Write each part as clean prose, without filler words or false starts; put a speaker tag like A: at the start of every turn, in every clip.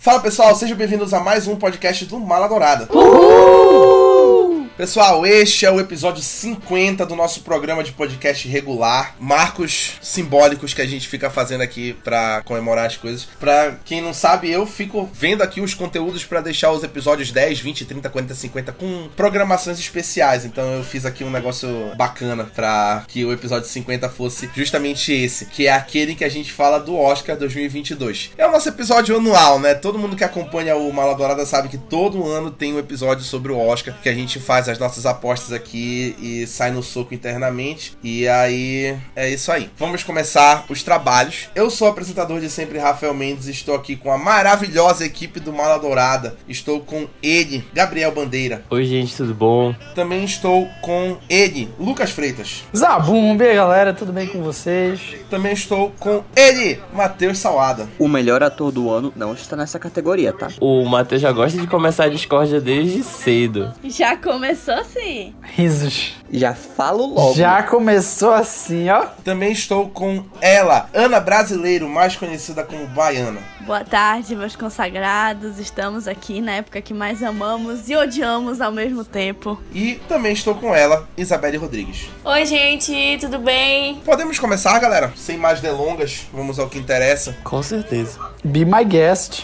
A: Fala pessoal, sejam bem-vindos a mais um podcast do Mala Dourada. Pessoal, este é o episódio 50 do nosso programa de podcast regular. Marcos simbólicos que a gente fica fazendo aqui pra comemorar as coisas. Pra quem não sabe, eu fico vendo aqui os conteúdos pra deixar os episódios 10, 20, 30, 40, 50 com programações especiais. Então eu fiz aqui um negócio bacana pra que o episódio 50 fosse justamente esse, que é aquele que a gente fala do Oscar 2022. É o nosso episódio anual, né? Todo mundo que acompanha o Mala Dourada sabe que todo ano tem um episódio sobre o Oscar, que a gente faz as nossas apostas aqui e sai no soco internamente. E aí, é isso aí. Vamos começar os trabalhos. Eu sou o apresentador de sempre, Rafael Mendes, e estou aqui com a maravilhosa equipe do Mala Dourada. Estou com ele, Gabriel Bandeira.
B: Oi, gente, tudo bom?
A: Também estou com ele, Lucas Freitas.
C: Zabumba, galera, tudo bem com vocês?
A: Também estou com ele, Matheus Salada.
D: O melhor ator do ano não está nessa categoria, tá?
B: O Matheus já gosta de começar a discórdia desde cedo.
E: Já começou assim?
C: Risos.
D: Já falo logo.
C: Já começou assim, ó.
A: Também estou com ela, Ana Brasileiro, mais conhecida como Baiana.
E: Boa tarde, meus consagrados. Estamos aqui na época que mais amamos e odiamos ao mesmo tempo.
A: E também estou com ela, Isabelle Rodrigues.
F: Oi, gente, tudo bem?
A: Podemos começar, galera? Sem mais delongas, vamos ao que interessa.
B: Com certeza.
C: Be my guest.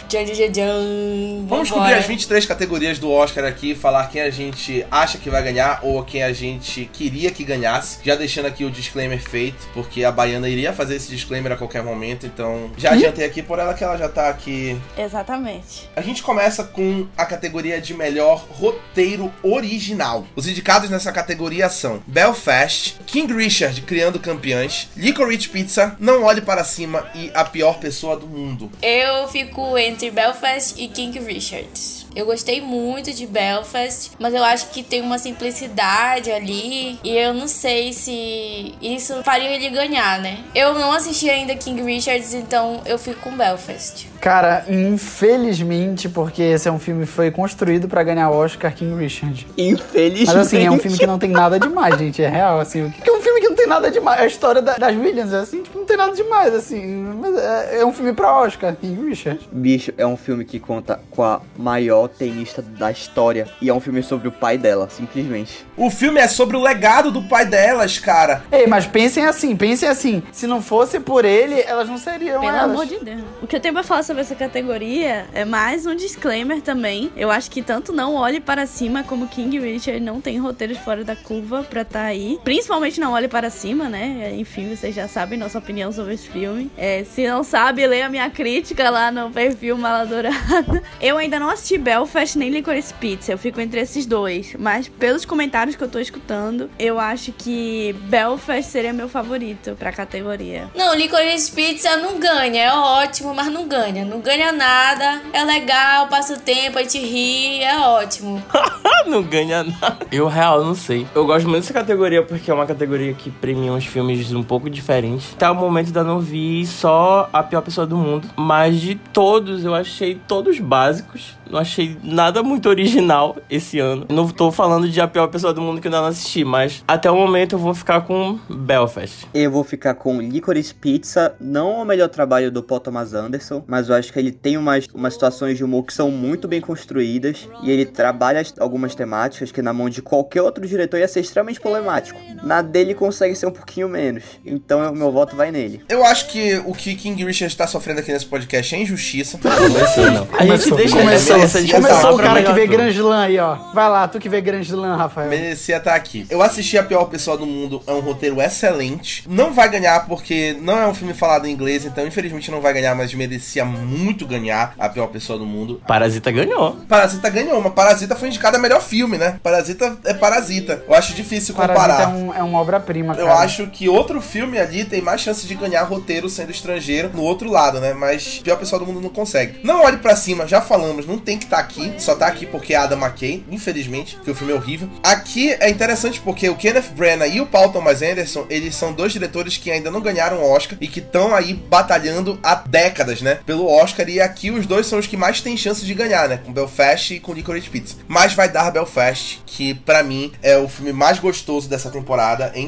A: Vamos cobrir as 23 categorias do Oscar aqui, falar quem a gente acha que vai ganhar ou quem a gente queria que ganhasse. Já deixando aqui o disclaimer feito, porque a Baiana iria fazer esse disclaimer a qualquer momento, então já adiantei aqui por ela que ela já tá aqui.
E: Exatamente.
A: A gente começa com a categoria de melhor roteiro original. Os indicados nessa categoria são Belfast, King Richard, Criando Campeãs, Licorice Pizza, Não Olhe Para Cima e A Pior Pessoa do Mundo.
F: Eu fico entre Belfast e King Richard. Eu gostei muito de Belfast, mas eu acho que tem uma simplicidade ali e eu não sei se isso faria ele ganhar, né? Eu não assisti ainda King Richards, então eu fico com Belfast.
C: Cara, infelizmente, porque esse é um filme que foi construído pra ganhar o Oscar, King Richard.
D: Infelizmente.
C: Mas assim, é um filme que não tem nada demais, gente, é real, assim. É um filme que não tem nada demais. A história das Williams, assim, tipo, não tem nada demais, assim. Mas é um filme pra Oscar, King Richard.
D: Bicho, é um filme que conta com a maior tenista da história e é um filme sobre o pai dela, simplesmente.
A: O filme é sobre o legado do pai delas, cara.
C: Ei, mas pensem assim. Se não fosse por ele, elas não seriam
E: Pelo
C: elas.
E: amor de Deus. O que eu tenho pra falar sobre essa categoria é mais um disclaimer também. Eu acho que tanto Não Olhe Para Cima como King Richard não tem roteiros fora da curva pra tá aí. Principalmente Não Olhe Para Cima, né? Enfim, vocês já sabem nossa opinião sobre esse filme. Se não sabe, leia a minha crítica lá no perfil Mala Dourada. Eu ainda não assisti Belfast nem Licorice Pizza. Eu fico entre esses dois. Mas pelos comentários que eu tô escutando, eu acho que Belfast seria meu favorito pra categoria.
F: Não, Licorice Pizza não ganha, é ótimo, mas não ganha. Não ganha nada, é legal, passa o tempo, a gente ri, é ótimo.
B: Não ganha nada. Eu, real, não sei. Eu gosto muito dessa categoria porque é uma categoria que premia uns filmes um pouco diferentes. Até o momento ainda não vi só A Pior Pessoa do Mundo. Mas de todos, eu achei todos básicos. Não achei nada muito original esse ano. Não tô falando de A Pior Pessoa do Mundo que eu ainda não assisti, mas até o momento eu vou ficar com Belfast.
D: Eu vou ficar com Licorice Pizza, não o melhor trabalho do Paul Thomas Anderson, mas eu acho que ele tem umas situações de humor que são muito bem construídas e ele trabalha algumas temáticas que na mão de qualquer outro diretor ia ser extremamente problemático. Na dele consegue ser um pouquinho menos, então o meu voto vai nele.
A: Eu acho que o que King Richard está sofrendo aqui nesse podcast é injustiça.
B: Não. A gente deixa essa
C: Começou o cara que vê
B: grande.
C: Grand Slam aí, ó. Vai lá, tu que vê Grand Slam, Rafael.
A: Merecia estar aqui. Eu assisti A Pior Pessoa do Mundo, é um roteiro excelente. Não vai ganhar porque não é um filme falado em inglês, então infelizmente não vai ganhar, mas merecia muito ganhar A Pior Pessoa do Mundo.
B: Parasita ganhou.
A: Parasita ganhou, mas Parasita foi indicado a melhor filme, né? Parasita é Parasita. Eu acho difícil comparar.
C: Parasita é uma obra-prima, cara.
A: Eu acho que outro filme ali tem mais chance de ganhar roteiro sendo estrangeiro no outro lado, né? Mas Pior Pessoa do Mundo não consegue. Não Olhe Pra Cima, já falamos, não tem que estar aqui. Só tá aqui porque é Adam McKay, infelizmente, porque o filme é horrível. Aqui é interessante porque o Kenneth Branagh e o Paul Thomas Anderson, eles são dois diretores que ainda não ganharam o Oscar e que estão aí batalhando há décadas, né? Pelo Oscar. E aqui os dois são os que mais têm chance de ganhar, né? Com Belfast e com Licorice Pizza. Mas vai dar Belfast, que pra mim é o filme mais gostoso dessa temporada. É incrível.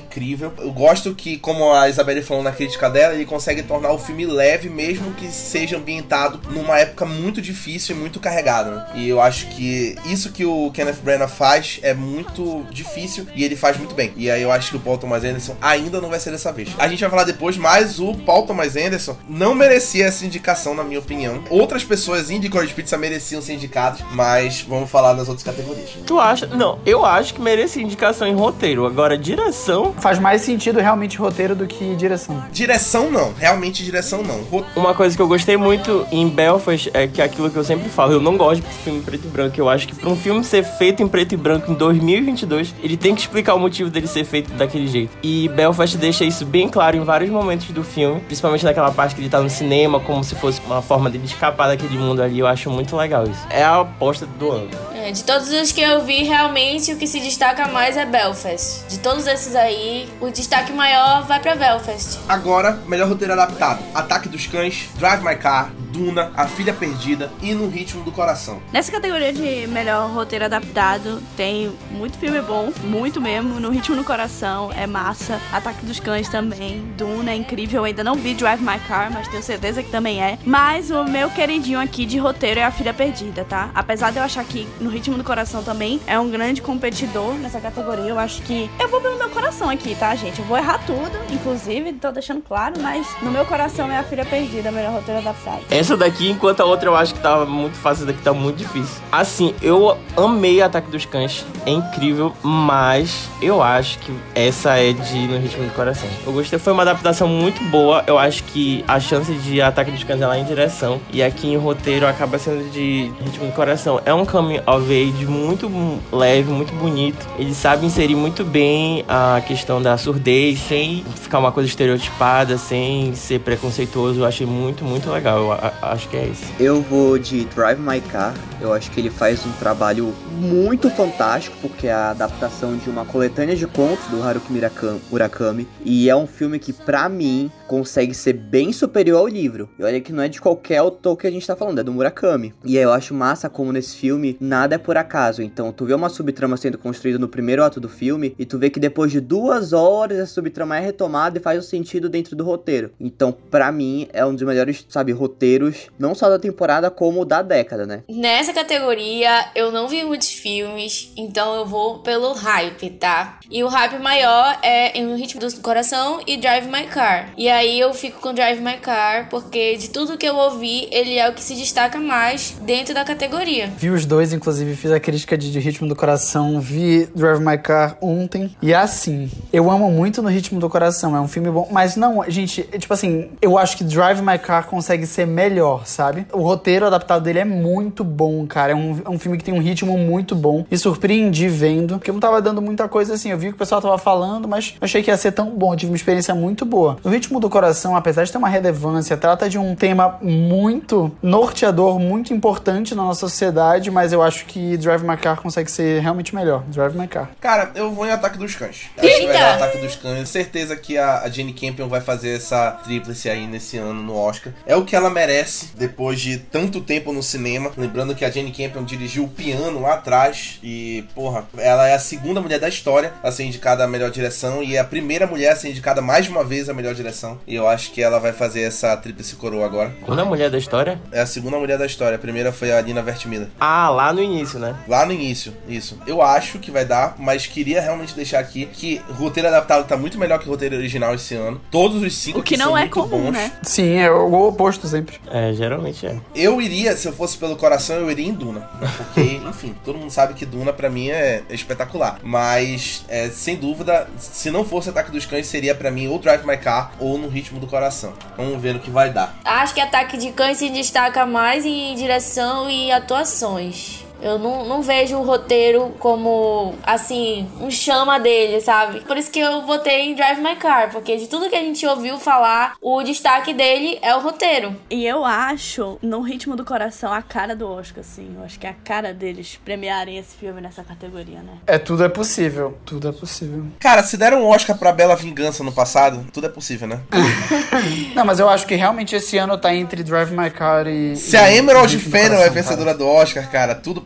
A: incrível. Eu gosto que, como a Isabelle falou na crítica dela, ele consegue tornar o filme leve, mesmo que seja ambientado numa época muito difícil e muito carregada, né? E eu acho que isso que o Kenneth Branagh faz é muito difícil e ele faz muito bem. E aí eu acho que o Paul Thomas Anderson ainda não vai ser dessa vez. A gente vai falar depois, mas o Paul Thomas Anderson não merecia essa indicação, na minha opinião. Outras pessoas em Licorice Pizza mereciam ser indicadas, mas vamos falar das outras categorias.
B: Tu acha? Não, eu acho que merecia indicação em roteiro. Agora, direção...
C: Faz mais sentido realmente roteiro do que direção.
A: Direção não, realmente direção não.
B: Uma coisa que eu gostei muito em Belfast é que aquilo que eu sempre falo, eu não gosto de filme preto e branco. Eu acho que pra um filme ser feito em preto e branco em 2022, ele tem que explicar o motivo dele ser feito daquele jeito. E Belfast deixa isso bem claro em vários momentos do filme, principalmente naquela parte que ele tá no cinema, como se fosse uma forma dele escapar daquele mundo ali. Eu acho muito legal isso. É a aposta do ano.
F: De todos os que eu vi, realmente o que se destaca mais é Belfast. De todos esses aí, o destaque maior vai pra Belfast.
A: Agora, melhor roteiro adaptado: Ataque dos Cães, Drive My Car, Duna, A Filha Perdida e No Ritmo do Coração.
E: Nessa categoria de melhor roteiro adaptado, tem muito filme bom, muito mesmo. No Ritmo do Coração é massa. Ataque dos Cães também. Duna é incrível. Eu ainda não vi Drive My Car, mas tenho certeza que também é. Mas o meu queridinho aqui de roteiro é A Filha Perdida, tá? Apesar de eu achar que No Ritmo do Coração também é um grande competidor nessa categoria, eu acho que eu vou pelo meu coração aqui, tá, gente? Eu vou errar tudo, inclusive, tô deixando claro, mas no meu coração é A Filha Perdida, melhor roteiro adaptado.
B: Essa daqui, enquanto a outra eu acho que tava muito fácil, essa daqui tá muito difícil. Assim, eu amei Ataque dos Cães, é incrível, mas eu acho que essa é de No Ritmo do Coração. Eu gostei, foi uma adaptação muito boa, eu acho que a chance de Ataque dos Cães é lá em direção, e aqui em roteiro acaba sendo de Ritmo do Coração. É um coming of age muito leve, muito bonito. Ele sabe inserir muito bem a questão da surdez, sem ficar uma coisa estereotipada, sem ser preconceituoso. Eu achei muito, muito legal. Eu acho que é isso.
D: Eu vou de Drive My Car. Eu acho que ele faz um trabalho muito fantástico, porque é a adaptação de uma coletânea de contos do Haruki Murakami. E é um filme que, pra mim, consegue ser bem superior ao livro. E olha que não é de qualquer autor que a gente tá falando, é do Murakami. E aí eu acho massa como nesse filme nada é por acaso. Então tu vê uma subtrama sendo construída no primeiro ato do filme e tu vê que depois de 2 horas essa subtrama é retomada e faz um sentido dentro do roteiro. Então, pra mim, é um dos melhores, roteiros, não só da temporada, como da década, né?
F: Nessa categoria, eu não vi muitos filmes, então eu vou pelo hype, tá? E o hype maior é No Ritmo do Coração e Drive My Car. E aí eu fico com Drive My Car, porque de tudo que eu ouvi, ele é o que se destaca mais dentro da categoria.
C: Vi os dois, inclusive fiz a crítica de Ritmo do Coração, vi Drive My Car ontem. E assim, eu amo muito No Ritmo do Coração, é um filme bom, mas não, gente, eu acho que Drive My Car consegue ser melhor, sabe? O roteiro adaptado dele é muito bom, cara, é um filme que tem um ritmo muito bom. Me surpreendi vendo, porque eu não tava dando muita coisa assim, eu vi que o pessoal tava falando, mas eu achei que ia ser tão bom, eu tive uma experiência muito boa. No Ritmo do Coração, apesar de ter uma relevância, trata de um tema muito norteador, muito importante na nossa sociedade, mas eu acho que Drive My Car consegue ser realmente melhor. Drive My Car.
A: Cara, eu vou em Ataque dos Cães. Acho que vai dar Ataque dos Cães. Certeza que a Jane Campion vai fazer essa tríplice aí nesse ano no Oscar. É o que ela merece, depois de tanto tempo no cinema. Lembrando que a Jane Campion dirigiu O Piano lá atrás e, porra, ela é a segunda mulher da história a ser indicada a melhor direção e é a primeira mulher a ser indicada mais de uma vez a melhor direção. E eu acho que ela vai fazer essa tríplice coroa agora.
B: Segunda mulher da história?
A: É a segunda mulher da história. A primeira foi a Lina Wertmüller.
B: Ah, lá no início, né?
A: Lá no início, isso. Eu acho que vai dar, mas queria realmente deixar aqui que o roteiro adaptado tá muito melhor que o roteiro original esse ano. Todos os 5
E: o que não
A: são
E: é
A: muito
E: comum,
A: bons.
E: né?
C: Sim, é o oposto sempre.
B: É, geralmente é.
A: Eu iria, se eu fosse pelo coração, eu iria em Duna. Porque, enfim, todo mundo sabe que Duna pra mim é espetacular. Mas, sem dúvida, se não fosse Ataque dos Cães, seria pra mim ou Drive My Car ou No Ritmo do Coração. Vamos ver no que vai dar.
F: Acho que Ataque de Cães se destaca mais em direção e atuações. Eu não vejo o roteiro como, assim, um chama dele, sabe? Por isso que eu votei em Drive My Car, porque de tudo que a gente ouviu falar, o destaque dele é o roteiro.
E: E eu acho, No Ritmo do Coração, a cara do Oscar, assim. Eu acho que é a cara deles premiarem esse filme nessa categoria, né?
C: Tudo é possível. Tudo é possível.
A: Cara, se deram um Oscar pra Bela Vingança no passado, tudo é possível, né?
C: Não, mas eu acho que realmente esse ano tá entre Drive My Car e...
A: Se a Emerald Fennell é vencedora do Oscar, cara, tudo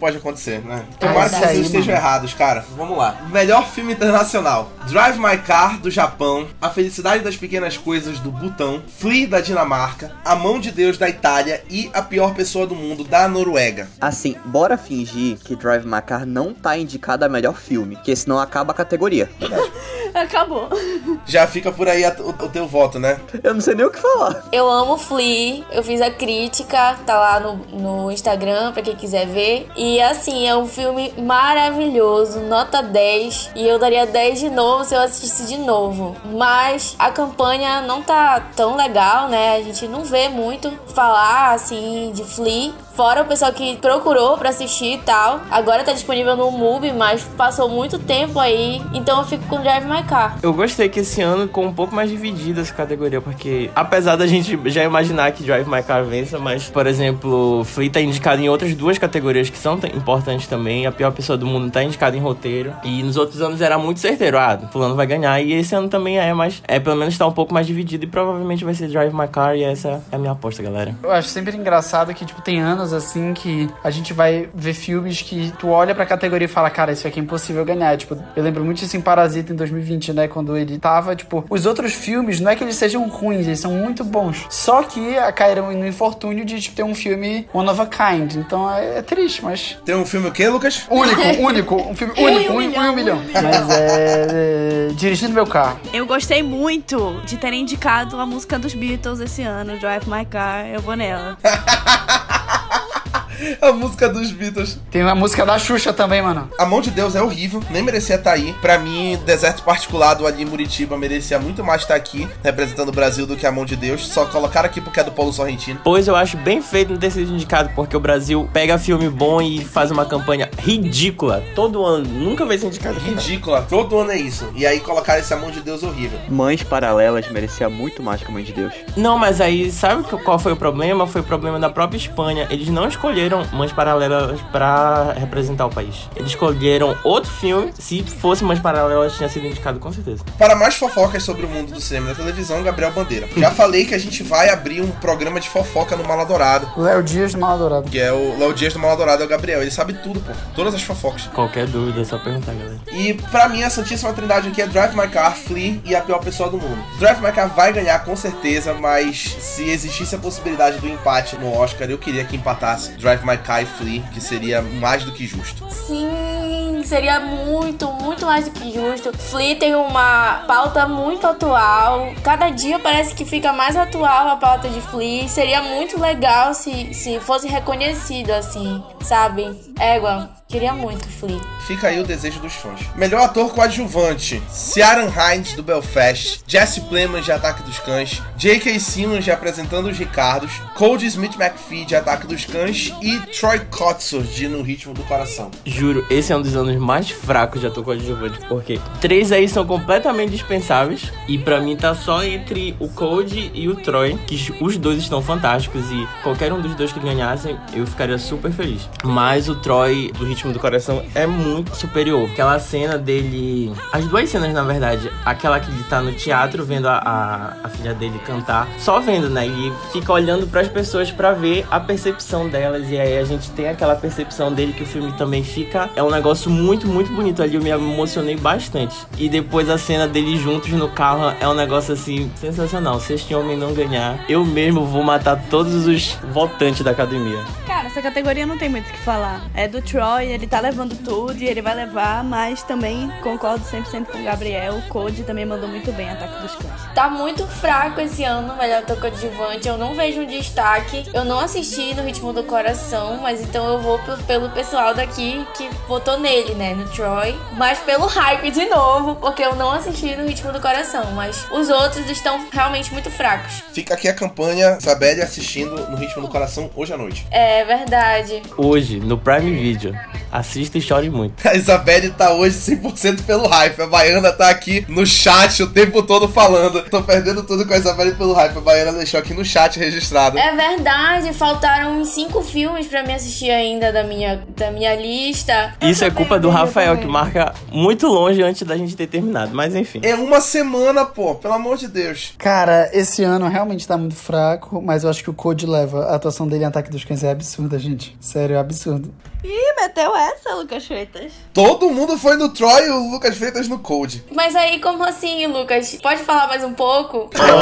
A: pode acontecer, né? Tomara que
C: isso aí,
A: vocês estejam
C: mano.
A: errados, cara. Vamos lá. Melhor filme internacional: Drive My Car, do Japão, A Felicidade das Pequenas Coisas, do Butão, Flea, da Dinamarca, A Mão de Deus, da Itália e A Pior Pessoa do Mundo, da Noruega.
D: Assim, bora fingir que Drive My Car não tá indicado a melhor filme, porque senão acaba a categoria.
E: Acabou.
A: Já fica por aí o teu voto, né?
D: Eu não sei nem o que falar.
F: Eu amo Flea, eu fiz a crítica, tá lá no Instagram pra quem quiser ver. E assim, é um filme maravilhoso, nota 10. E eu daria 10 de novo se eu assistisse de novo. Mas a campanha não tá tão legal, né? A gente não vê muito falar assim de Flea. Fora o pessoal que procurou pra assistir e tal. Agora tá disponível no MUBI, mas passou muito tempo aí. Então eu fico com Drive My Car.
B: Eu gostei que esse ano ficou um pouco mais dividida essa categoria, porque apesar da gente já imaginar que Drive My Car vença, mas, por exemplo, Flea tá indicado em outras duas categorias que são importantes também. A Pior Pessoa do Mundo tá indicado em roteiro. E nos outros anos era muito certeiro. Fulano vai ganhar. E esse ano também mas pelo menos tá um pouco mais dividido e provavelmente vai ser Drive My Car. E essa é a minha aposta, galera.
C: Eu acho sempre engraçado que, tem anos assim que a gente vai ver filmes que tu olha pra categoria e fala, cara, isso aqui é impossível ganhar. Eu lembro muito disso em Parasita em 2020, né? Quando ele tava, os outros filmes, não é que eles sejam ruins, eles são muito bons. Só que caíram no infortúnio de, ter um filme one of a kind. Então é triste, mas...
A: Tem um filme o quê, Lucas?
C: Único. Um filme único, um milhão. Mas Dirigindo Meu Carro.
E: Eu gostei muito de terem indicado a música dos Beatles esse ano, Drive My Car, eu vou nela.
A: A música dos Beatles.
C: Tem uma música da Xuxa também, mano.
A: A Mão de Deus é horrível, nem merecia estar aí. Pra mim, Deserto Particular do Ali Muritiba merecia muito mais estar aqui, representando o Brasil, do que A Mão de Deus. Só colocaram aqui porque é do Paulo Sorrentino.
B: Pois eu acho bem feito não ter sido indicado, porque o Brasil pega filme bom e faz uma campanha ridícula todo ano. Nunca vai ser indicado.
A: Ridícula, todo ano é isso. E aí colocaram esse A Mão de Deus horrível.
D: Mães Paralelas merecia muito mais que a Mãe de Deus.
B: Não, mas aí, sabe qual foi o problema? Foi o problema da própria Espanha. Eles não escolheram Mães Paralelas pra representar o país. Eles escolheram outro filme. Se fosse Mães Paralelas, tinha sido indicado com certeza.
A: Para mais fofocas sobre o mundo do cinema e da televisão, Gabriel Bandeira. Já falei que a gente vai abrir um programa de fofoca no Mala Dourado.
C: Léo Dias do Mala Dourado.
A: Que é o Léo Dias do Mala Dourado, é o Gabriel. Ele sabe tudo, pô. Todas as fofocas.
B: Qualquer dúvida, é só perguntar, galera.
A: E pra mim, a santíssima trindade aqui é Drive My Car, Flea e A Pior Pessoa do Mundo. Drive My Car vai ganhar com certeza, mas se existisse a possibilidade do empate no Oscar, eu queria que empatasse Drive My Car e Flea, que seria mais do que justo.
F: Sim, seria muito, muito mais do que justo. Flea tem uma pauta muito atual. Cada dia parece que fica mais atual a pauta de Flea. Seria muito legal se fosse reconhecido assim, sabe? Égua, queria muito Flea.
A: Fica aí o desejo dos fãs. Melhor ator coadjuvante: Ciaran Hinds, do Belfast, Jesse Plemons, de Ataque dos Cães, J.K. Simmons, de Apresentando os Ricardos, Cody Smith McPhee, de Ataque dos Cães, e Troy Kotsur, de No Ritmo do Coração.
B: Juro, esse é um dos anos mais fracos de ator coadjuvante, porque 3 aí são completamente dispensáveis, e pra mim tá só entre o Cody e o Troy, que os dois estão fantásticos, e qualquer um dos dois que ganhassem, eu ficaria super feliz. Mas o Troy, do Ritmo do Coração, é muito superior. Aquela cena dele... As duas cenas, na verdade. Aquela que ele tá no teatro vendo a filha dele cantar. Só vendo, né? E fica olhando pras pessoas pra ver a percepção delas. E aí a gente tem aquela percepção dele que o filme também fica... É um negócio muito, muito bonito ali. Eu me emocionei bastante. E depois a cena deles juntos no carro é um negócio, assim, sensacional. Se este homem não ganhar, eu mesmo vou matar todos os votantes da academia.
E: Cara, essa categoria não tem muito o que falar. É do Troy, ele tá levando tudo e ele vai levar, mas também concordo 100% com o Gabriel. O Cody também mandou muito bem Ataque dos Cães.
F: Tá muito fraco esse ano, melhor ator coadjuvante. Eu não vejo um destaque. Eu não assisti No Ritmo do Coração, mas então eu vou pelo pessoal daqui que votou nele, né? No Troy. Mas pelo hype de novo, porque eu não assisti No Ritmo do Coração. Mas os outros estão realmente muito fracos.
A: Fica aqui a campanha, Isabelle assistindo No Ritmo do Coração hoje à noite.
F: É verdade.
B: Hoje, no Prime Video. Assista e chore muito.
A: A Isabelle tá hoje 100% pelo hype. A Baiana tá aqui no chat o tempo todo falando. Tô perdendo tudo com a Isabelle pelo hype. A Baiana deixou aqui no chat registrado.
F: É verdade, faltaram uns 5 filmes pra me assistir ainda da minha lista.
B: Isso é culpa do Rafael, que marca muito longe antes da gente ter terminado. Mas enfim.
A: É uma semana, pô. Pelo amor de Deus.
C: Cara, esse ano realmente tá muito fraco, mas eu acho que o Cody leva. A atuação dele em Ataque dos Cães é absurda, gente. Sério, é absurdo.
E: Ih, meteu essa, Lucas Freitas.
A: Todo mundo foi no Troy e o Lucas Freitas no Cold.
F: Mas aí, como assim, Lucas? Pode falar mais um pouco?
B: Eu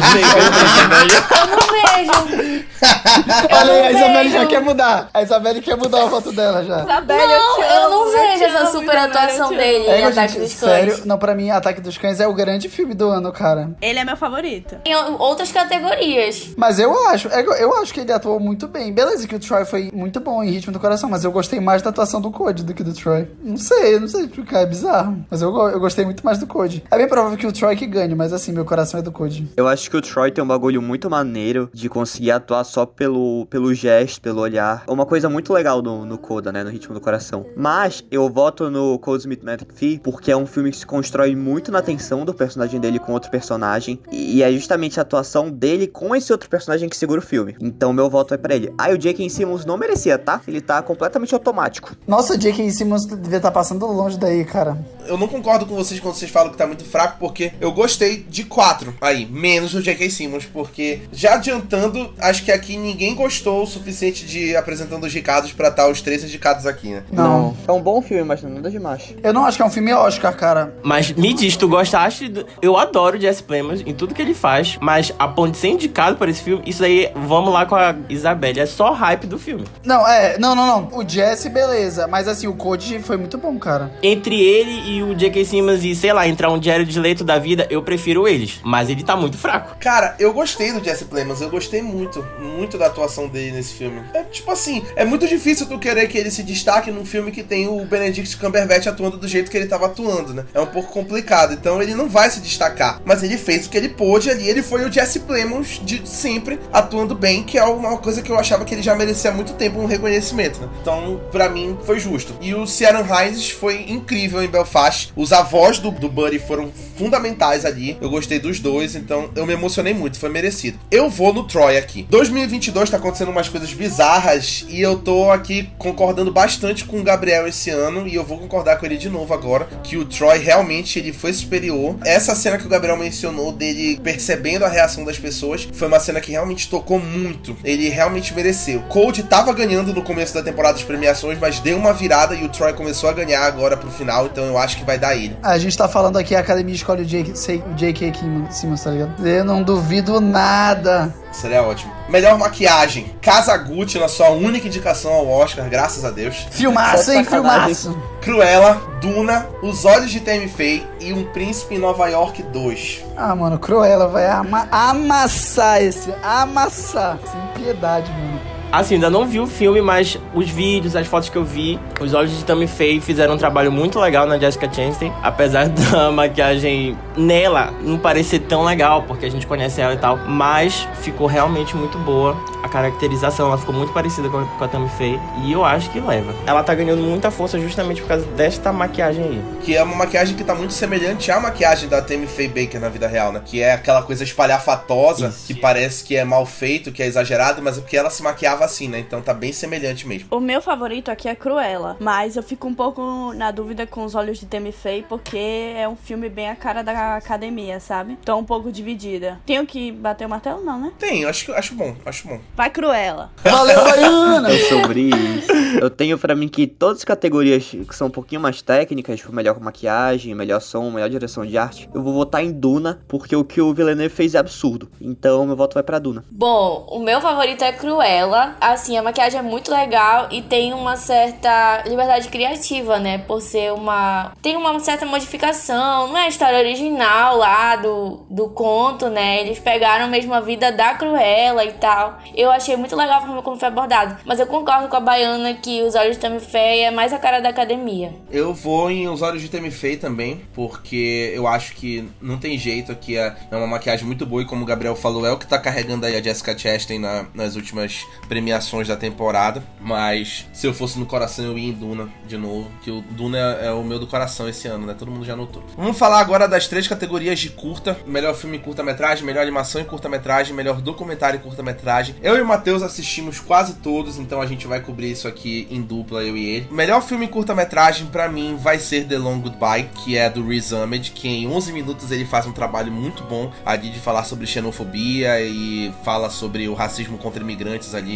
F: Eu não vejo.
C: Olha aí, a
F: não
C: Isabelle
F: vejo.
C: já quer mudar. A Isabelle quer mudar a foto dela já.
E: Isabelle,
F: Não, eu não vejo
E: te
F: essa
E: amo,
F: super
E: Isabelle,
F: atuação
E: eu te
F: dele
E: amo.
F: em Ataque
C: gente,
F: dos
C: sério?
F: Cães.
C: Não, pra mim, Ataque dos Cães é o grande filme do ano, cara.
E: Ele é meu favorito.
F: Em outras categorias.
C: Mas eu acho que ele atuou muito bem. Beleza que o Troy foi muito bom em Ritmo do Coração, mas eu gostei mais da atuação do Code do que do Troy. Não sei explicar, é bizarro. Mas eu gostei muito mais do Code. É bem provável que o Troy que ganhe, mas assim, meu coração é do Code.
D: Eu acho que o Troy tem um bagulho muito maneiro de conseguir atuar só pelo gesto, pelo olhar. É uma coisa muito legal no Coda, né? No Ritmo do Coração. Mas eu voto no Cosmic Fee porque é um filme que se constrói muito na tensão do personagem dele com outro personagem. E é justamente a atuação dele com esse outro personagem que segura o filme. Então meu voto é pra ele. Ah, e o J.K. Simmons não merecia, tá? Ele tá completamente automático.
C: Nossa, J.K. Simmons devia estar passando longe daí, cara.
A: Eu não concordo com vocês quando vocês falam que tá muito fraco, porque eu gostei de 4 aí, menos o J.K. Simmons, porque já adiantando, acho que aqui ninguém gostou o suficiente de apresentando os recados pra estar os 3 indicados aqui, né?
C: Não.
D: É um bom filme, mas nada demais.
C: Eu não acho que é um filme Oscar, cara.
B: Mas me diz, tu gostaste do... Eu adoro o Jesse Plemons em tudo que ele faz, mas a ponto de ser indicado por esse filme, isso aí, vamos lá com a Isabelle, é só hype do filme.
C: Não. O Jesse, beleza. Mas assim, o Code foi muito bom, cara.
B: Entre ele e o J.K. Simmons e, sei lá, entrar um Jared Leto da vida, eu prefiro eles. Mas ele tá muito fraco.
A: Cara, eu gostei do Jesse Plemons, eu gostei muito da atuação dele nesse filme. É tipo assim, é muito difícil tu querer que ele se destaque num filme que tem o Benedict Cumberbatch atuando do jeito que ele tava atuando, né? É um pouco complicado, então ele não vai se destacar. Mas ele fez o que ele pôde ali, ele foi o Jesse Plemons de sempre atuando bem, que é uma coisa que eu achava que ele já merecia há muito tempo um reconhecimento, né? Então, pra mim, foi justo. E o Ciarán Hinds foi incrível em Belfast. Os avós do Buddy foram fundamentais ali. Eu gostei dos dois, então eu me emocionei muito, foi merecido. Eu vou no Troy aqui. 2022 tá acontecendo umas coisas bizarras e eu tô aqui concordando bastante com o Gabriel esse ano e eu vou concordar com ele de novo agora, que o Troy realmente ele foi superior. Essa cena que o Gabriel mencionou dele percebendo a reação das pessoas foi uma cena que realmente tocou muito. Ele realmente mereceu. Cold tava ganhando no começo da temporada das premiações, mas deu uma virada e o Troy começou a ganhar agora pro final, então eu acho que vai dar ele.
C: A gente tá falando aqui, a academia escolhe o J.K. Simmons, tá ligado? Eu não duvido nada.
A: Seria ótimo. Melhor maquiagem. Kazaguchi na sua única indicação ao Oscar, graças a Deus.
C: Filmaço, hein? Filmaço.
A: Cruella, Duna, Os Olhos de Tammy Faye e Um Príncipe em Nova York 2.
C: Ah, mano, Cruella vai amassar esse. Amassar. Sem piedade, mano.
B: Assim, ainda não vi o filme, mas os vídeos, as fotos que eu vi, Os Olhos de Tammy Faye fizeram um trabalho muito legal na Jessica Chastain, apesar da maquiagem nela não parecer tão legal, porque a gente conhece ela e tal, mas ficou realmente muito boa. A caracterização, ela ficou muito parecida com a Tammy Faye, e eu acho que leva. Ela tá ganhando muita força justamente por causa desta maquiagem aí.
A: Que é uma maquiagem que tá muito semelhante à maquiagem da Tammy Faye Baker na vida real, né? Que é aquela coisa espalhafatosa,
B: Isso.
A: que parece que é mal feito, que é exagerado, mas é porque ela se maquiava assim, né? Então tá bem semelhante mesmo.
E: O meu favorito aqui é Cruella, mas eu fico um pouco na dúvida com Os Olhos de Tammy Faye, porque é um filme bem a cara da academia, sabe? Tô um pouco dividida. Tenho que bater o martelo? Não, né?
A: Tem, acho bom.
E: Vai, Cruella.
C: Valeu, Baiana!
D: É sobre isso. Eu tenho pra mim que todas as categorias que são um pouquinho mais técnicas, tipo melhor maquiagem, melhor som, melhor direção de arte, eu vou votar em Duna, porque o que o Villeneuve fez é absurdo. Então meu voto vai pra Duna.
F: Bom, o meu favorito é Cruella. Assim, a maquiagem é muito legal e tem uma certa liberdade criativa, né? Por ser tem uma certa modificação. Não é a história original lá do conto, né? Eles pegaram mesmo a vida da Cruella e tal. Eu achei muito legal a forma como foi abordado. Mas eu concordo com a Baiana que Os Olhos de Tammy Faye é mais a cara da academia.
A: Eu vou em Os Olhos de Tammy Faye também, porque eu acho que não tem jeito aqui, é uma maquiagem muito boa e como o Gabriel falou, é o que tá carregando aí a Jessica Chastain nas últimas premiações da temporada. Mas se eu fosse no coração eu ia em Duna de novo, que o Duna é o meu do coração esse ano, né? Todo mundo já notou. Vamos falar agora das 3 categorias de curta: melhor filme em curta-metragem, melhor animação em curta-metragem, melhor documentário em curta-metragem. Eu e o Matheus assistimos quase todos, então a gente vai cobrir isso aqui em dupla, eu e ele. O melhor filme em curta-metragem pra mim vai ser The Long Goodbye, que é do Riz Ahmed, que em 11 minutos ele faz um trabalho muito bom ali de falar sobre xenofobia e fala sobre o racismo contra imigrantes ali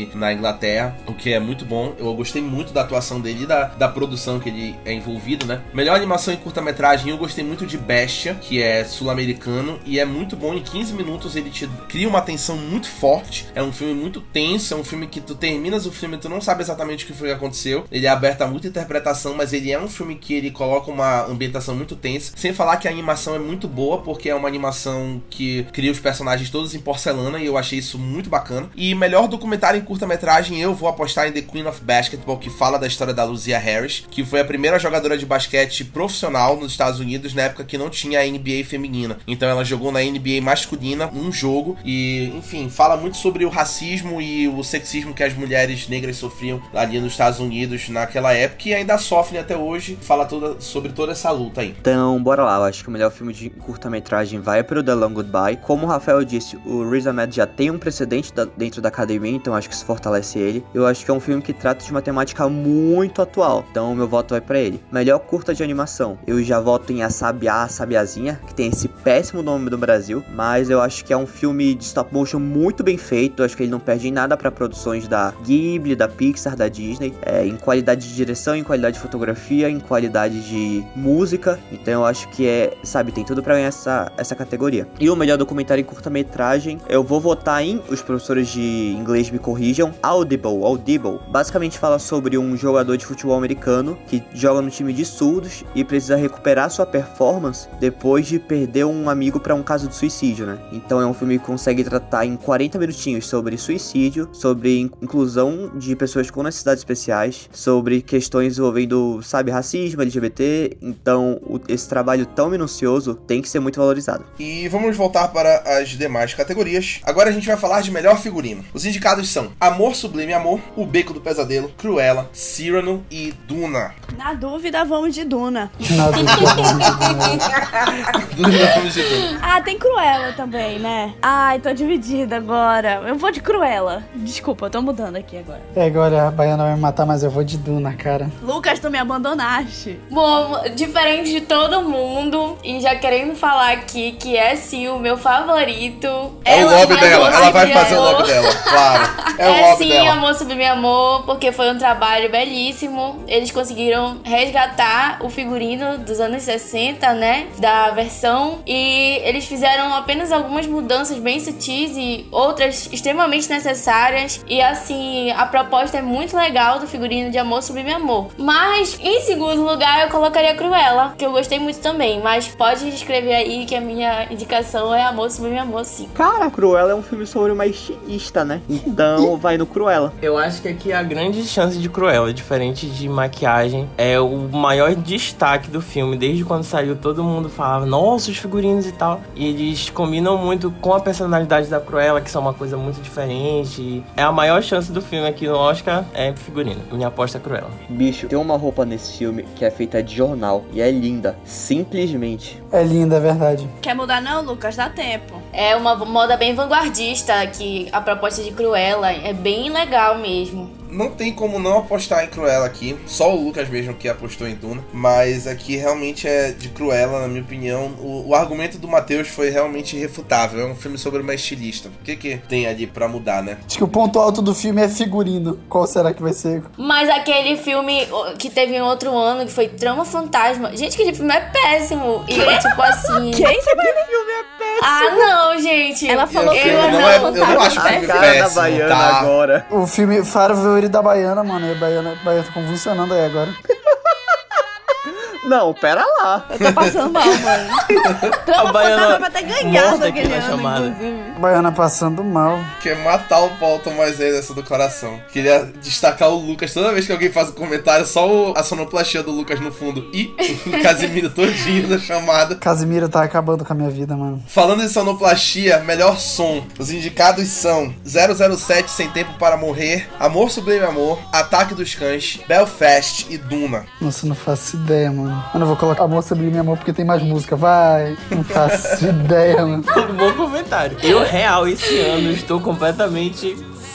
A: ali na Inglaterra, o que é muito bom. Eu gostei muito da atuação dele e da produção que ele é envolvido, né? Melhor animação em curta-metragem, eu gostei muito de Bestia, que é sul-americano, e é muito bom. Em 15 minutos ele te cria uma tensão muito forte. É um filme muito tenso, é um filme que tu terminas o filme e tu não sabe exatamente o que foi que aconteceu. Ele é aberto a muita interpretação, mas ele é um filme que ele coloca uma ambientação muito tensa. Sem falar que a animação é muito boa, porque é uma animação que cria os personagens todos em porcelana, e eu achei isso muito bacana. E melhor documentário em curta-metragem, eu vou apostar em The Queen of Basketball, que fala da história da Luzia Harris, que foi a primeira jogadora de basquete profissional nos Estados Unidos na época que não tinha a NBA feminina. Então ela jogou na NBA masculina num jogo e, enfim, fala muito sobre o racismo e o sexismo que as mulheres negras sofriam ali nos Estados Unidos naquela época e ainda sofrem até hoje. Fala sobre toda essa luta aí.
D: Então, bora lá. Eu acho que o melhor filme de curta-metragem vai pro The Long Goodbye. Como o Rafael disse, o Riz Ahmed já tem um precedente dentro da academia, então acho que isso fortalece ele. Eu acho que é um filme que trata de uma temática muito atual, então meu voto vai pra ele. Melhor curta de animação, eu já voto em A Sabiá, a Sabiazinha, que tem esse péssimo nome do Brasil, mas eu acho que é um filme de stop motion muito bem feito. Eu acho que ele não perde em nada pra produções da Ghibli, da Pixar, da Disney, em qualidade de direção, em qualidade de fotografia, em qualidade de música. Então eu acho que tem tudo pra ganhar essa categoria. E o melhor documentário em curta-metragem, eu vou votar em, os professores de inglês me corrijam, Audible. Basicamente fala sobre um jogador de futebol americano que joga no time de surdos e precisa recuperar sua performance depois de perder um amigo pra um caso de suicídio, né? Então é um filme que consegue tratar em 40 minutinhos sobre suicídio, sobre inclusão de pessoas com necessidades especiais, sobre questões envolvendo, racismo, LGBT. Então esse trabalho tão minucioso tem que ser muito valorizado.
A: E vamos voltar para as demais categorias. Agora a gente vai falar de melhor figurino. Os indicados são Amor Sublime Amor, O Beco do Pesadelo, Cruella, Cyrano e Duna.
E: Na dúvida, vamos de Duna.
C: Na dúvida,
A: Vamos de Duna.
E: Ah, tem Cruella também, né? Ai, tô dividida agora. Eu vou de Cruella. Desculpa, eu tô mudando aqui agora.
C: Agora a Baiana vai me matar, mas eu vou de Duna, cara.
E: Lucas, tu me abandonaste.
F: Bom, diferente de todo mundo, e já querendo falar aqui que é sim o meu favorito.
A: É o lobby dela, ela vai fazer o lobby dela, claro. É o lobby
F: sim,
A: dela.
F: Amor Sublime Amor, porque foi um trabalho belíssimo. Eles conseguiram resgatar o figurino dos anos 60, né? Da versão. E eles fizeram apenas algumas mudanças bem sutis e outras extremamente necessárias. E assim, a proposta é muito legal do figurino de Amor Sublime Amor. Mas, em segundo lugar, eu colocaria Cruella, que eu gostei muito também. Mas pode escrever aí que a minha indicação é Amor Sublime Amor, sim.
D: Cara, Cruella é um filme sobre uma estilista, né? Então vai no Cruella.
B: Eu acho que aqui a grande chance de Cruella, diferente de Maquiagem, é o maior destaque do filme. Desde quando saiu, todo mundo falava, nossa, os figurinos e tal. E eles combinam muito com a personalidade da Cruella, que são uma coisa muito diferente. É a maior chance do filme aqui no Oscar, é figurino. Minha aposta é Cruella.
D: Bicho, tem uma roupa nesse filme que é feita de jornal e é linda. Simplesmente.
C: É linda, é verdade.
E: Quer mudar não, Lucas? Dá tempo.
F: É uma moda bem vanguardista, que a proposta de Cruella é bem legal mesmo.
A: Não tem como não apostar em Cruella aqui. Só o Lucas mesmo que apostou em Duna. Mas aqui realmente é de Cruella, na minha opinião. O argumento do Matheus foi realmente irrefutável. É um filme sobre uma estilista. O que tem ali pra mudar, né?
C: Acho que o ponto alto do filme é figurino. Qual será que vai ser?
F: Mas aquele filme que teve em outro ano, que foi Trama Fantasma. Gente, aquele filme é péssimo. E tipo assim...
E: Quem? Aquele
F: filme é péssimo. Ah, não, gente.
E: Ela falou que
A: eu não acho o filme
D: Cara
A: péssimo,
D: da Baiana
A: tá?
D: agora.
C: O filme favorito da Baiana, mano. A Baiana tá convulsionando aí agora.
D: Não, pera lá.
E: Eu tô passando mal, mano. Trama Fantasma vai ter ganhado aquele ano, inclusive.
C: Baiana passando mal.
A: Quer matar o Paul Thomas Anderson do coração. Queria destacar o Lucas. Toda vez que alguém faz um comentário, só a sonoplastia do Lucas no fundo. E o Casimiro todinho da chamada.
C: Casimiro tá acabando com a minha vida, mano.
A: Falando em sonoplastia, melhor som. Os indicados são 007 Sem Tempo para Morrer, Amor Sublime Amor, Ataque dos Cães, Belfast e Duna.
C: Nossa, eu não faço ideia, mano. Eu não vou colocar Amor Sublime Amor porque tem mais música. Vai. Não faço ideia, mano.
B: Bom comentário. Eu, real, esse ano estou completamente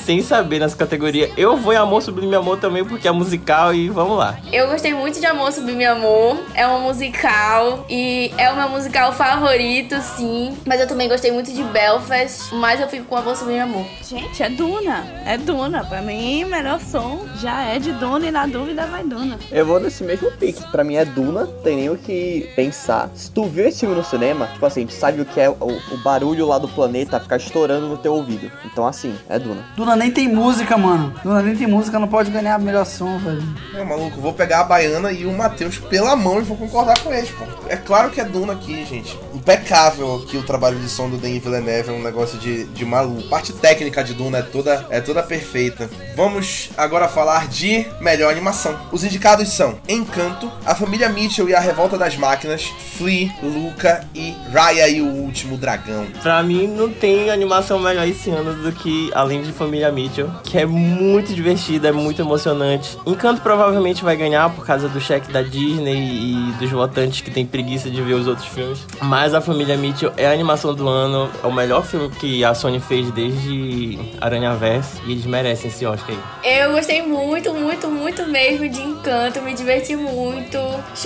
B: sem saber nessa categoria. Eu vou em Amor Sublime Amor também, porque é musical e vamos lá.
F: Eu gostei muito de Amor Sublime Amor. É um musical e é o meu musical favorito, sim. Mas eu também gostei muito de Belfast, mas eu fico com Amor Sublime Amor.
E: Gente, é Duna. É Duna. Pra mim, melhor som já é de Duna e na dúvida vai Duna.
D: Eu vou nesse mesmo pique. Pra mim é Duna, tem nem o que pensar. Se tu viu esse filme no cinema, tipo assim, tu sabe o que é o barulho lá do planeta ficar estourando no teu ouvido. Então assim, é Duna.
C: Duna nem tem música, mano. Duna nem tem música, não pode ganhar melhor som, velho.
A: É, maluco, vou pegar a Baiana e o Matheus pela mão e vou concordar com eles, pô. É claro que é Duna aqui, gente. Impecável aqui o trabalho de som do Denis Villeneuve, é um negócio de maluco. A parte técnica de Duna é toda perfeita. Vamos agora falar de melhor animação. Os indicados são Encanto, A Família Mitchell e a Revolta das Máquinas, Flea, Luca e Raya e o Último Dragão.
B: Pra mim, não tem animação melhor esse ano do que Além de Família Mitchell, que é muito divertida, é muito emocionante. Encanto provavelmente vai ganhar por causa do cheque da Disney e dos votantes que tem preguiça de ver os outros filmes. Mas A Família Mitchell é a animação do ano, é o melhor filme que a Sony fez desde Aranhaverse e eles merecem esse Oscar aí.
F: Eu gostei muito, muito, muito mesmo de Encanto, me diverti muito,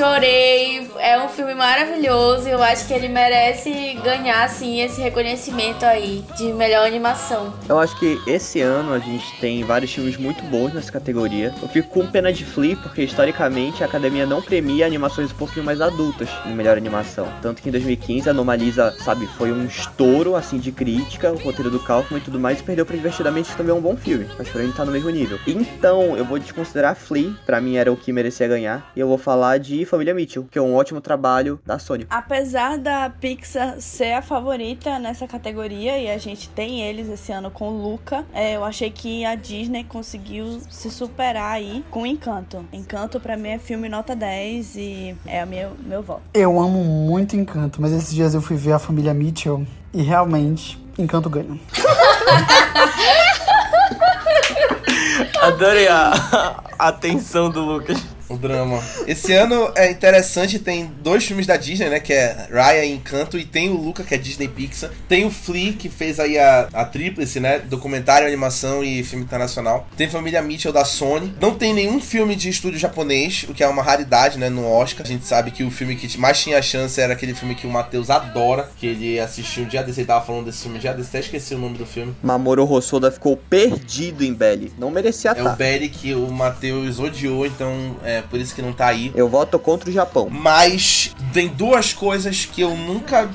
F: chorei, é um filme maravilhoso e eu acho que ele merece ganhar, assim, esse reconhecimento aí de melhor animação.
D: Eu acho que esse ano a gente tem vários filmes muito bons nessa categoria. Eu fico com pena de Flea, porque historicamente a academia não premia animações um pouquinho mais adultas em melhor animação. Tanto que em 2015 a Anomalisa, sabe, foi um estouro, assim, de crítica, o roteiro do Kaufman e tudo mais, e perdeu pra Divertidamente, que também é um bom filme, mas pra mim tá no mesmo nível. Então, eu vou desconsiderar Flea, pra mim era o que merecia ganhar, e eu vou falar de Família Mitchell, que é um ótimo trabalho da Sony.
E: Apesar da Pixar ser a favorita nessa categoria, e a gente tem eles esse ano com Luca, eu achei que a Disney conseguiu se superar aí com Encanto. Encanto pra mim é filme nota 10 e é o meu voto.
C: Eu amo muito Encanto, mas esses dias eu fui ver A Família Mitchell e realmente Encanto ganha.
B: Adorei a atenção do Lucas.
A: O drama. Esse ano é interessante, tem dois filmes da Disney, né? Que é Raya e Encanto, e tem o Luca, que é Disney Pixar. Tem o Flea, que fez aí a tríplice, né? Documentário, animação e filme internacional. Tem Família Mitchell da Sony. Não tem nenhum filme de estúdio japonês, o que é uma raridade, né? No Oscar. A gente sabe que o filme que mais tinha chance era aquele filme que o Matheus adora, que ele assistiu um dia desse, ele tava falando desse filme um dia desse, até esqueci o nome do filme.
D: Mamoru Hosoda ficou perdido em Belly. Não merecia estar.
A: É o Belly que o Matheus odiou, então por isso que não tá aí.
D: Eu voto contra o Japão.
A: Mas tem duas coisas que eu nunca,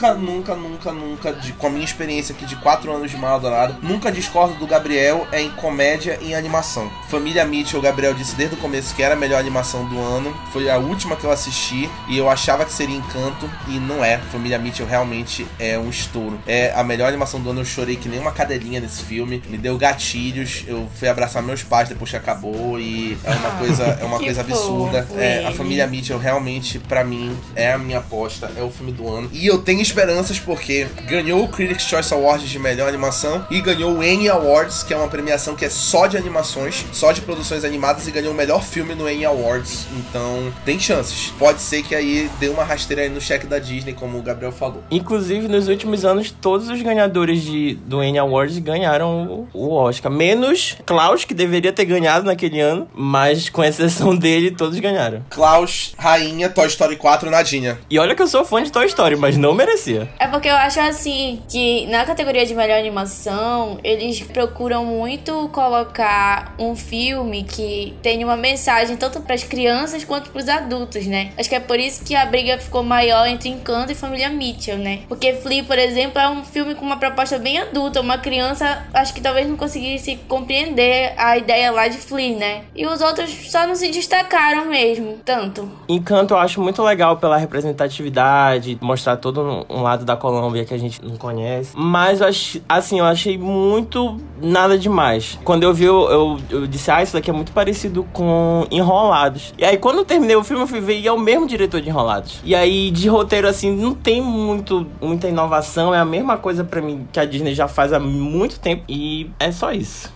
A: com a minha experiência aqui de 4 anos de Mal Dourado, nunca discordo do Gabriel, é em comédia e em animação. Família Mitchell, o Gabriel disse desde o começo que era a melhor animação do ano. Foi a última que eu assisti e eu achava que seria Encanto e não é. Família Mitchell realmente é um estouro. É a melhor animação do ano, eu chorei que nem uma cadelinha nesse filme. Me deu gatilhos, eu fui abraçar meus pais depois que acabou e é uma coisa absurda. A Família Mitchell realmente, pra mim, é a minha aposta, é o filme do ano. E eu tenho esperanças porque ganhou o Critics' Choice Awards de melhor animação e ganhou o Annie Awards, que é uma premiação que é só de animações, só de produções animadas, e ganhou o melhor filme no Annie Awards. Então, tem chances. Pode ser que aí dê uma rasteira aí no cheque da Disney, como o Gabriel falou.
B: Inclusive, nos últimos anos, todos os ganhadores do Annie Awards ganharam o Oscar. Menos Klaus, que deveria ter ganhado naquele ano, mas com exceção dele, todos ganharam.
A: Klaus, rainha, Toy Story 4, nadinha.
B: E olha que eu sou fã de Toy Story, mas não merecia.
F: É porque eu acho assim, que na categoria de melhor animação, eles procuram muito colocar um filme que tenha uma mensagem tanto pras crianças quanto pros adultos, né? Acho que é por isso que a briga ficou maior entre Encanto e Família Mitchell, né? Porque Flea, por exemplo, é um filme com uma proposta bem adulta. Uma criança, acho que talvez não conseguisse compreender a ideia lá de Flea, né? E os outros só não se destacaram mesmo, tanto.
B: Encanto eu acho muito legal pela representatividade, mostrar todo um lado da Colômbia que a gente não conhece. Mas, eu achei muito nada demais. Quando eu vi, eu disse, isso daqui é muito parecido com Enrolados. E aí, quando eu terminei o filme, eu fui ver e é o mesmo diretor de Enrolados. E aí, de roteiro, assim, não tem muita inovação. É a mesma coisa pra mim que a Disney já faz há muito tempo. E é só isso.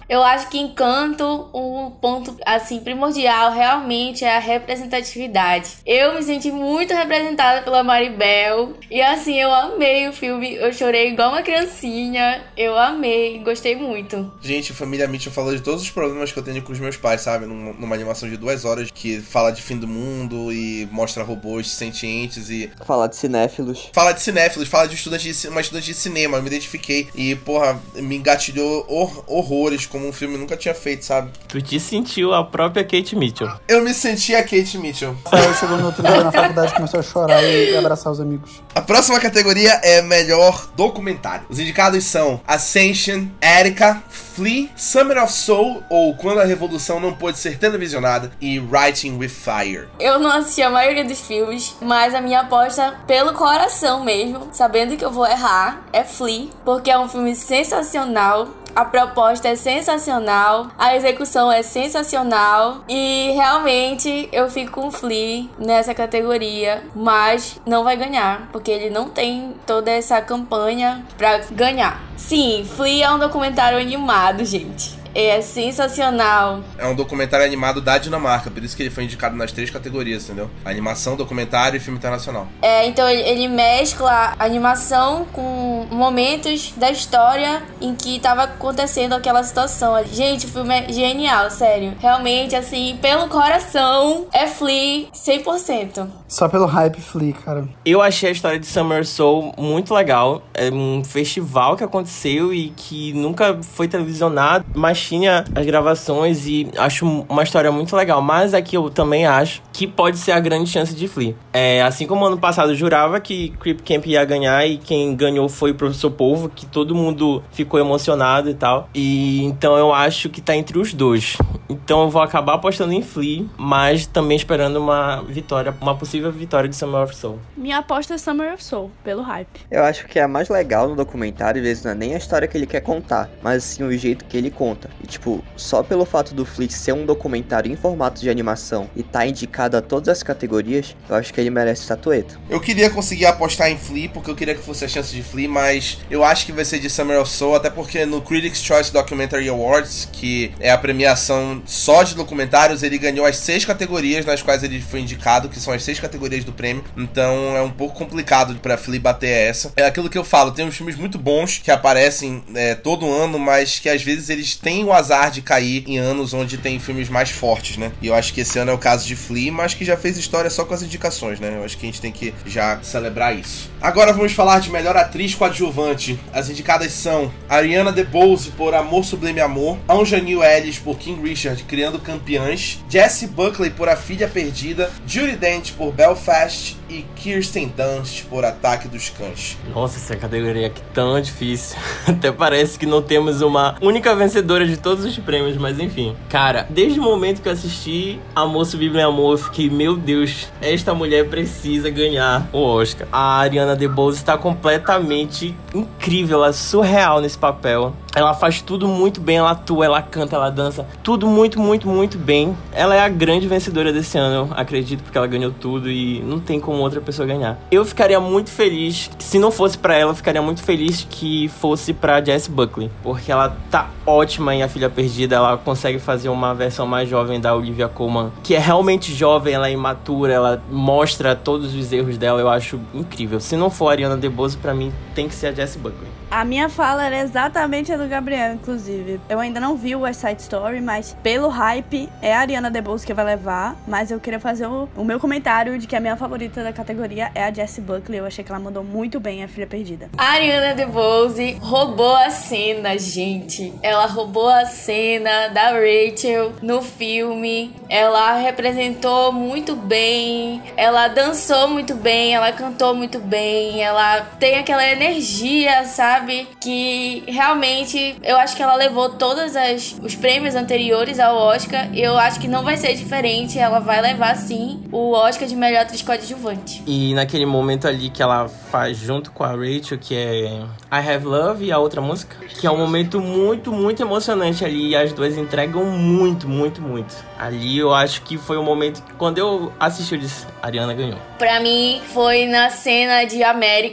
F: Eu acho que Encanto, um ponto, assim, primordial realmente é a representatividade. Eu me senti muito representada pela Maribel. E, assim, eu amei o filme. Eu chorei igual uma criancinha. Eu amei, gostei muito.
A: Gente, Família Mitchell falou de todos os problemas que eu tenho com os meus pais, sabe? Numa animação de 2 horas que fala de fim do mundo e mostra robôs sentientes e...
D: Falar de cinéfilos.
A: Fala de cinéfilos, fala de uma estudante de cinema, eu me identifiquei. E, porra, me engatilhou horrores, como um filme nunca tinha feito, sabe?
B: Tu te sentiu a própria Kate Mitchell.
A: Eu me senti a Kate Mitchell.
C: Rafael chegou no outro dia na faculdade, começou a chorar e abraçar os amigos.
A: A próxima categoria é melhor documentário. Os indicados são Ascension, Erica, Flea, Summer of Soul, ou Quando a Revolução Não Pôde Ser Televisionada, e Writing with Fire.
F: Eu não assisti a maioria dos filmes, mas a minha aposta pelo coração mesmo, sabendo que eu vou errar, é Flea, porque é um filme sensacional. A proposta é sensacional, a execução é sensacional e realmente eu fico com o Flea nessa categoria, mas não vai ganhar, porque ele não tem toda essa campanha pra ganhar. Sim, Flea é um documentário animado, gente. É sensacional.
A: É um documentário animado da Dinamarca, por isso que ele foi indicado nas 3 categorias, entendeu? Animação, documentário e filme internacional.
F: Então ele mescla animação com momentos da história em que tava acontecendo aquela situação. Gente, o filme é genial, sério. Realmente, assim, pelo coração, é Flea 100%.
C: Só pelo hype Flea, cara.
B: Eu achei a história de Summer Soul muito legal. É um festival que aconteceu e que nunca foi televisionado, mas tinha as gravações e acho uma história muito legal. Mas aqui eu também acho que pode ser a grande chance de Flea. Assim como ano passado eu jurava que Creep Camp ia ganhar e quem ganhou foi o Professor Polvo, que todo mundo ficou emocionado e tal. E então eu acho que tá entre os dois. Então eu vou acabar apostando em Flea, mas também esperando uma vitória, uma possível vitória de Summer of Soul.
E: Minha aposta é Summer of Soul, pelo hype.
D: Eu acho que é a mais legal no documentário, às vezes não é nem a história que ele quer contar, mas sim o jeito que ele conta. E tipo, só pelo fato do Flea ser um documentário em formato de animação e tá indicado a todas as categorias, eu acho que ele merece estatueta.
A: Eu queria conseguir apostar em Flea, porque eu queria que fosse a chance de Flea, mas eu acho que vai ser de Summer of Soul, até porque no Critics' Choice Documentary Awards, que é a premiação só de documentários, ele ganhou as 6 categorias nas quais ele foi indicado, que são as 6 categorias do prêmio, então é um pouco complicado pra Flea bater essa. É aquilo que eu falo, tem uns filmes muito bons que aparecem todo ano, mas que às vezes eles têm o azar de cair em anos onde tem filmes mais fortes, né? E eu acho que esse ano é o caso de Flea, mas que já fez história só com as indicações, né? Eu acho que a gente tem que já celebrar isso. Agora vamos falar de melhor atriz coadjuvante. As indicadas são Ariana DeBose por Amor Sublime Amor, Aunjanue Ellis por King Richard, Criando Campeãs, Jessie Buckley por A Filha Perdida, Judi Dench por Belfast e Kirsten Dunst por Ataque dos Cães.
B: Nossa, essa categoria aqui tão difícil. Até parece que não temos uma única vencedora de todos os prêmios, mas enfim. Cara, desde o momento que eu assisti Amor Sublime Amor, eu fiquei, meu Deus, esta mulher precisa ganhar o Oscar. A Ariana DeBose está completamente incrível, ela é surreal nesse papel. Ela faz tudo muito bem, ela atua, ela canta, ela dança, tudo muito, muito, muito bem. Ela é a grande vencedora desse ano, eu acredito, porque ela ganhou tudo e não tem como outra pessoa ganhar. Eu ficaria muito feliz, se não fosse pra ela, eu ficaria muito feliz que fosse pra Jessie Buckley, porque ela tá ótima em A Filha Perdida, ela consegue fazer uma versão mais jovem da Olivia Colman, que é realmente jovem, ela é imatura, ela mostra todos os erros dela, eu acho incrível. Se não for a Ariana DeBose, pra mim tem que ser a Jessie Buckley.
E: A minha fala era exatamente a do Gabriel, inclusive. Eu ainda não vi o West Side Story, mas pelo hype é a Ariana DeBose que vai levar. Mas eu queria fazer o meu comentário de que a minha favorita da categoria é a Jessie Buckley. Eu achei que ela mandou muito bem A Filha Perdida.
F: A Ariana DeBose roubou a cena, gente. Ela roubou a cena da Rachel no filme. Ela representou muito bem. Ela dançou muito bem. Ela cantou muito bem. Ela tem aquela energia, sabe? Que realmente eu acho que ela levou todos os prêmios anteriores ao Oscar. Eu acho que não vai ser diferente. Ela vai levar sim o Oscar de melhor atriz coadjuvante.
B: E naquele momento ali que ela faz junto com a Rachel, que é I Have Love, e a outra música, que é um momento muito, muito emocionante ali, e as duas entregam muito, muito, muito. Ali eu acho que foi um momento que quando eu assisti eu disse, Ariana ganhou.
F: Pra mim foi na cena de América,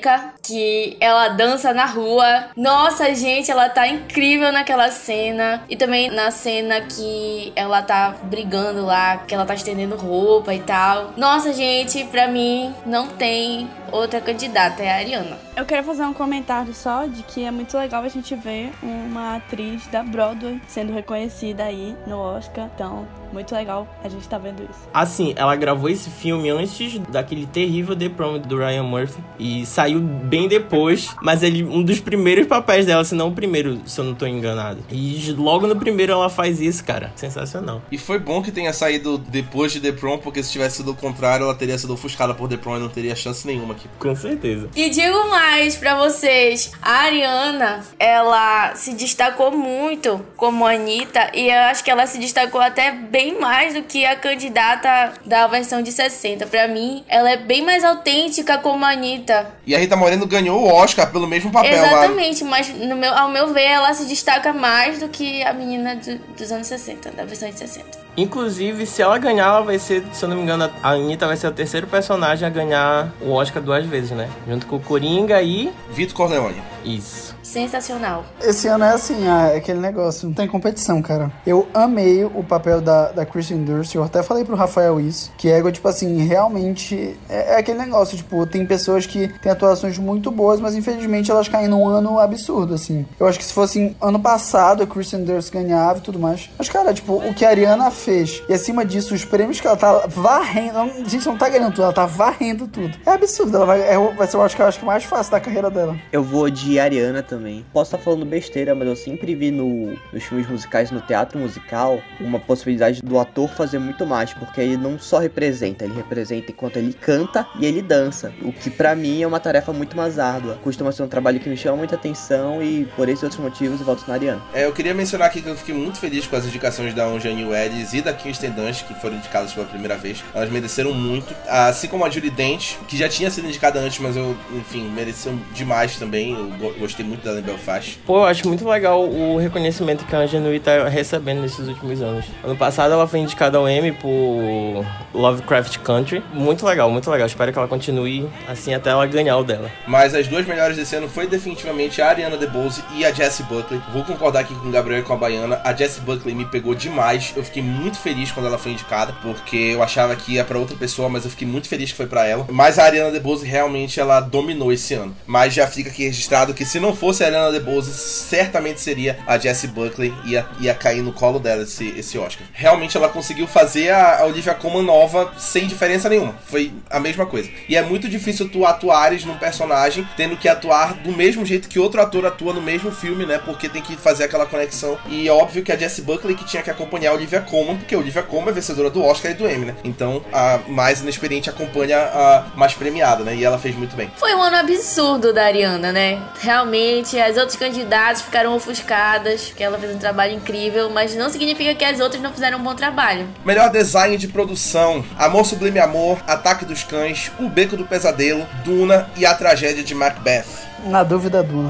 F: que ela dança na rua. Nossa, gente, ela tá incrível naquela cena. E também na cena que ela tá brigando lá, que ela tá estendendo roupa e tal. Nossa, gente, pra mim não tem outra candidata, é a Ariana.
E: Eu quero fazer um comentário só de que é muito legal a gente ver uma atriz da Broadway sendo reconhecida aí no Oscar. Então, muito legal a gente tá vendo isso.
B: Assim, ela gravou esse filme antes daquele terrível The Prom do Ryan Murphy e saiu bem depois, mas ele um dos primeiros papéis dela, se não o primeiro, se eu não tô enganado. E logo no primeiro ela faz isso, cara. Sensacional.
A: E foi bom que tenha saído depois de The Prom, porque se tivesse sido o contrário, ela teria sido ofuscada por The Prom e não teria chance nenhuma aqui.
B: Com certeza.
F: E digo mais pra vocês, a Ariana, ela se destacou muito como Anitta e eu acho que ela se destacou até bem mais do que a candidata da versão de 60. Pra mim, ela é bem mais autêntica como a Anitta.
A: E a Rita Moreno ganhou o Oscar pelo mesmo papel.
F: Exatamente, mas ao meu ver, ela se destaca mais do que a menina dos anos 60, da versão de 60.
B: Inclusive, se ela ganhar, ela vai ser, se eu não me engano, a Anitta vai ser o terceiro personagem a ganhar o Oscar 2 vezes, né? Junto com o Coringa e...
A: Vitor Corleone.
B: Isso.
F: Sensacional.
C: Esse ano é assim, é aquele negócio, não tem competição, cara. Eu amei o papel da Kristen Dunst, eu até falei pro Rafael isso, que é, tipo assim, realmente é aquele negócio, tipo, tem pessoas que têm atuações muito boas, mas infelizmente elas caem num ano absurdo, assim. Eu acho que se fosse ano passado a Kristen Dunst ganhava e tudo mais. Mas, cara, tipo, o que a Ariana fez, e acima disso, os prêmios que ela tá varrendo, a gente não tá ganhando tudo, ela tá varrendo tudo. É absurdo, ela vai ser o Oscar, acho que mais fácil da carreira dela.
D: Eu vou de Ariana também. Posso estar falando besteira, mas eu sempre vi nos filmes musicais, no teatro musical, uma possibilidade do ator fazer muito mais, porque ele não só representa, ele representa enquanto ele canta e ele dança, o que pra mim é uma tarefa muito mais árdua. Costuma ser um trabalho que me chama muita atenção e por esses outros motivos eu voto na Ariana.
A: Eu queria mencionar aqui que eu fiquei muito feliz com as indicações da Anjani Wells e da Kirsten Dunst, que foram indicadas pela primeira vez. Elas mereceram muito, assim como a Judi Dench, que já tinha sido indicada antes, mas mereceu demais também. Eu gostei muito dela em Belfast.
B: Pô, eu acho muito legal o reconhecimento que a Anjani tá recebendo nesses últimos anos. Ano passado ela foi indicada ao Emmy por Lovecraft Country. Muito legal, muito legal. Espero que ela continue assim até ela ganhar o dela.
A: Mas as duas melhores desse ano foi definitivamente a Ariana DeBose e a Jessie Buckley. Vou concordar aqui com o Gabriel e com a Baiana. A Jessie Buckley me pegou demais. Eu fiquei muito feliz quando ela foi indicada, porque eu achava que ia pra outra pessoa, mas eu fiquei muito feliz que foi pra ela. Mas a Ariana DeBose realmente ela dominou esse ano. Mas já fica aqui registrado que se não fosse a Ariana DeBose, certamente seria a Jessie Buckley, ia cair no colo dela esse Oscar. Realmente ela conseguiu fazer a Olivia Colman nova sem diferença nenhuma. Foi a mesma coisa. E é muito difícil tu atuares num personagem tendo que atuar do mesmo jeito que outro ator atua no mesmo filme, né? Porque tem que fazer aquela conexão. E é óbvio que a Jessie Buckley que tinha que acompanhar a Olivia Colman, porque a Olivia Colman é vencedora do Oscar e do Emmy, né? Então a mais inexperiente acompanha a mais premiada, né? E ela fez muito bem.
F: Foi um ano absurdo da Ariana, né? Realmente, as outras candidatas ficaram ofuscadas, que ela fez um trabalho incrível, mas não significa que as outras não fizeram um bom trabalho.
A: Melhor design de produção: Amor Sublime Amor, Ataque dos Cães, O Beco do Pesadelo, Duna e A Tragédia de Macbeth.
C: Na dúvida, Duna.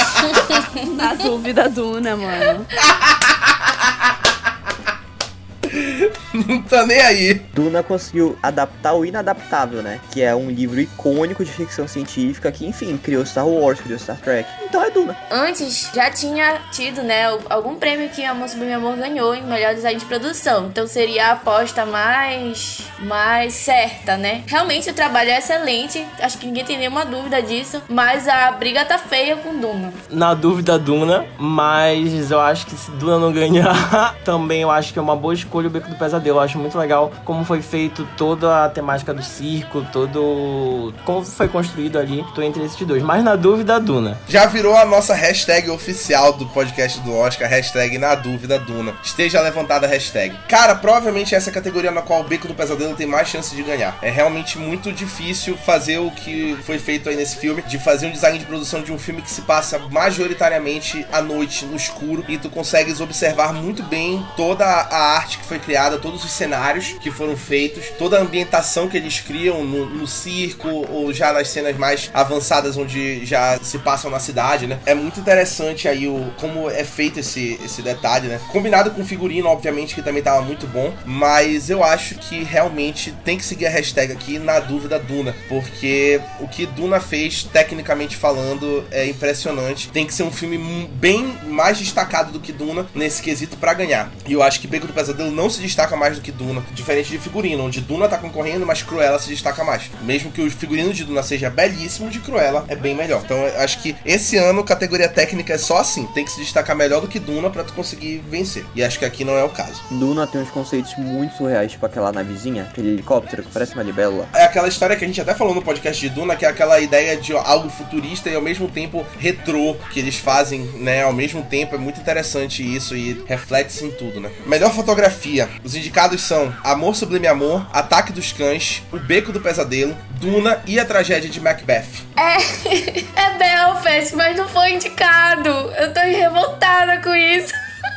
E: Na dúvida, Duna, mano.
A: Não tá nem aí.
D: Duna conseguiu adaptar o inadaptável, né? Que é um livro icônico de ficção científica que, enfim, criou Star Wars, criou Star Trek. Então é Duna.
F: Antes, já tinha tido, né, algum prêmio que Amor Sublime Amor ganhou em melhor design de produção. Então seria a aposta mais certa, né? Realmente o trabalho é excelente. Acho que ninguém tem nenhuma dúvida disso. Mas a briga tá feia com Duna.
B: Na dúvida, Duna. Mas eu acho que se Duna não ganhar, também eu acho que é uma boa escolha o Beco do Pesadelo. Eu acho muito legal como foi feito toda a temática do circo, como foi construído ali. Tô entre esses dois. Mas na dúvida, Duna.
A: Já virou a nossa hashtag oficial do podcast do Oscar, hashtag na dúvida Duna. Esteja levantada a hashtag. Cara, provavelmente essa é a categoria na qual o Beco do Pesadelo tem mais chance de ganhar. É realmente muito difícil fazer o que foi feito aí nesse filme, de fazer um design de produção de um filme que se passa majoritariamente à noite, no escuro, e tu consegues observar muito bem toda a arte que foi criada, todos os cenários que foram feitos, toda a ambientação que eles criam no circo, ou já nas cenas mais avançadas onde já se passam na cidade, né? É muito interessante aí como é feito esse detalhe, né? Combinado com o figurino, obviamente, que também tava muito bom, mas eu acho que realmente tem que seguir a hashtag aqui, na dúvida, Duna, porque o que Duna fez, tecnicamente falando, é impressionante. Tem que ser um filme bem mais destacado do que Duna nesse quesito pra ganhar. E eu acho que Beco do Pesadelo não se destaca mais do que Duna, diferente de figurino, onde Duna tá concorrendo, mas Cruella se destaca mais. Mesmo que o figurino de Duna seja belíssimo, de Cruella é bem melhor. Então eu acho que esse ano, categoria técnica é só assim, tem que se destacar melhor do que Duna pra tu conseguir vencer. E acho que aqui não é o caso.
D: Duna tem uns conceitos muito surreais, tipo aquela navezinha, aquele helicóptero que parece uma libélula.
A: É aquela história que a gente até falou no podcast de Duna, que é aquela ideia de algo futurista e ao mesmo tempo retrô, que eles fazem, né, ao mesmo tempo. É muito interessante isso e reflete-se em tudo, né? Melhor fotografia. Os indicados são Amor Sublime Amor, Ataque dos Cães, O Beco do Pesadelo, Duna e A Tragédia de Macbeth.
F: É Belfast, mas não foi indicado. Eu tô revoltada com isso.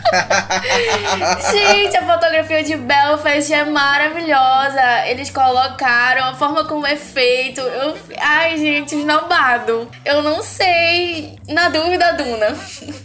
F: Gente, a fotografia de Belfast é maravilhosa. Eles colocaram a forma como é feito. Ai, gente, esnobado. Eu não sei. Na dúvida, Duna.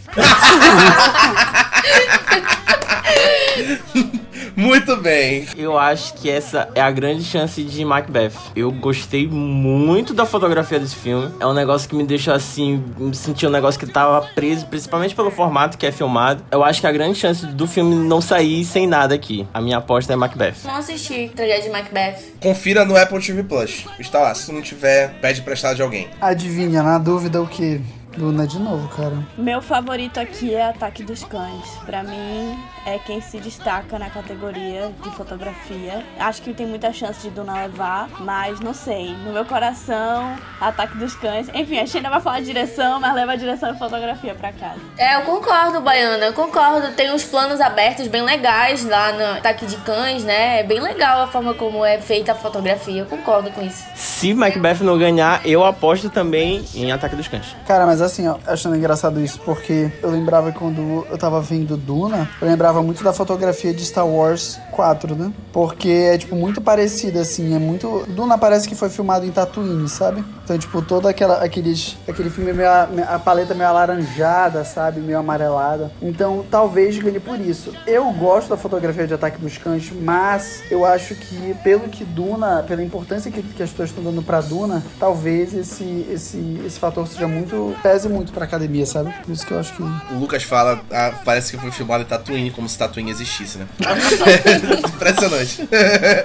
A: Muito bem.
B: Eu acho que essa é a grande chance de Macbeth. Eu gostei muito da fotografia desse filme. É um negócio que me deixou assim, me senti um negócio que tava preso, principalmente pelo formato que é filmado. Eu acho que a grande chance do filme não sair sem nada aqui. A minha aposta é Macbeth.
F: Não assisti Tragédia de Macbeth.
A: Confira no Apple TV Plus. Está lá. Se não tiver, pede emprestado de alguém.
C: Adivinha, na dúvida o que? Duna de novo, cara.
E: Meu favorito aqui é Ataque dos Cães. Pra mim, é quem se destaca na categoria de fotografia. Acho que tem muita chance de Duna levar, mas não sei. No meu coração, Ataque dos Cães. Enfim, a Sheila vai falar de direção, mas leva a direção e fotografia pra casa.
F: Eu concordo, Baiana. Eu concordo. Tem uns planos abertos bem legais lá no Ataque de Cães, né? É bem legal a forma como é feita a fotografia. Eu concordo com isso.
B: Se Macbeth não ganhar, eu aposto também em Ataque dos Cães.
C: Cara, mas assim, ó, achando engraçado isso, porque eu lembrava quando eu tava vendo Duna, eu lembrava muito da fotografia de Star Wars 4, né? Porque é, tipo, muito parecida, assim, é muito... Duna parece que foi filmado em Tatooine, sabe? Então, tipo, todo aquele filme meio... A paleta meio alaranjada, sabe? Meio amarelada. Então, talvez ganhe por isso. Eu gosto da fotografia de Ataque dos Cães, mas eu acho que, pelo que Duna, pela importância que as pessoas estão dando pra Duna, talvez esse fator seja muito... pese muito pra academia, sabe? Por isso que eu acho que...
A: O Lucas fala, parece que foi filmado em Tatooine, como se Tatooine existisse, né? Impressionante.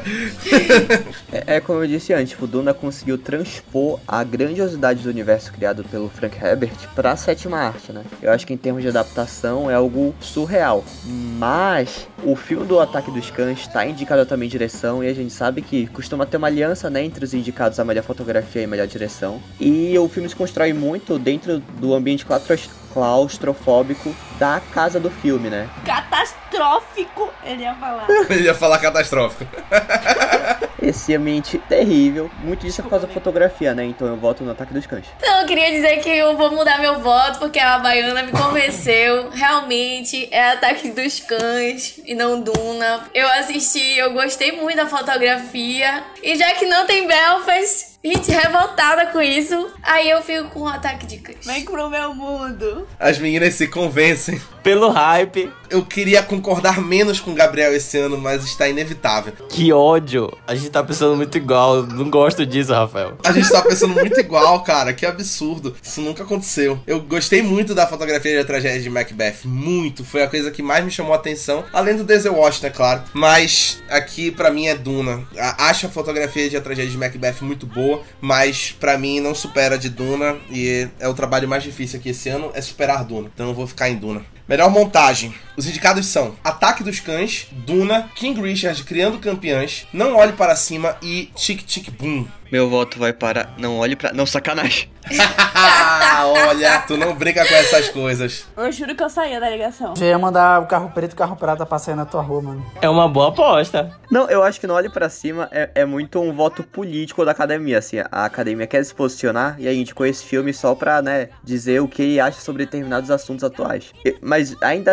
D: Como eu disse antes, o Duna conseguiu transpor a grandiosidade do universo criado pelo Frank Herbert pra sétima arte, né? Eu acho que em termos de adaptação é algo surreal. Mas o filme do Ataque dos Cães tá indicado também em direção, e a gente sabe que costuma ter uma aliança, né, entre os indicados a melhor fotografia e melhor direção. E o filme se constrói muito dentro do ambiente claustrofóbico da casa do filme, né?
E: Catastrófico, ele ia falar.
A: Ele ia falar catastrófico.
D: Esse ambiente terrível, muito disso é por causa da fotografia, né? Então eu voto no Ataque dos Cães.
F: Não, eu queria dizer que eu vou mudar meu voto, porque a Baiana me convenceu. Realmente é Ataque dos Cães e não Duna. Eu assisti, eu gostei muito da fotografia. E já que não tem Belfast, gente, revoltada com isso, aí eu fico com o Ataque de Cães.
E: Vem pro meu mundo.
A: As meninas se convencem.
B: Pelo hype.
A: Eu queria concordar menos com o Gabriel esse ano, mas está inevitável.
B: Que ódio. A gente tá pensando muito igual. Não gosto disso, Rafael.
A: A gente tá pensando muito igual, cara. Que absurdo. Isso nunca aconteceu. Eu gostei muito da fotografia da tragédia de Macbeth. Muito. Foi a coisa que mais me chamou a atenção. Além do Denzel Washington, é claro. Mas aqui, pra mim, é Duna. Acho a fotografia de A Tragédia de Macbeth muito boa, mas pra mim não supera a de Duna. E é o trabalho mais difícil aqui esse ano, é superar Duna. Então eu vou ficar em Duna. Melhor montagem. Os indicados são Ataque dos Cães, Duna, King Richard Criando Campeãs, Não Olhe Para Cima e Tic Tic Boom.
D: Meu voto vai para Não Olhe Pra... Não, sacanagem.
A: Olha, tu não brinca com essas coisas.
E: Eu juro que eu saía da ligação.
C: Já ia mandar o carro preto e o carro prata passar aí na tua rua, mano.
B: É uma boa aposta.
D: Não, eu acho que Não Olhe Pra Cima é muito um voto político da academia, assim. A academia quer se posicionar e a gente com esse filme só pra, né, dizer o que acha sobre determinados assuntos atuais. Mas ainda assim,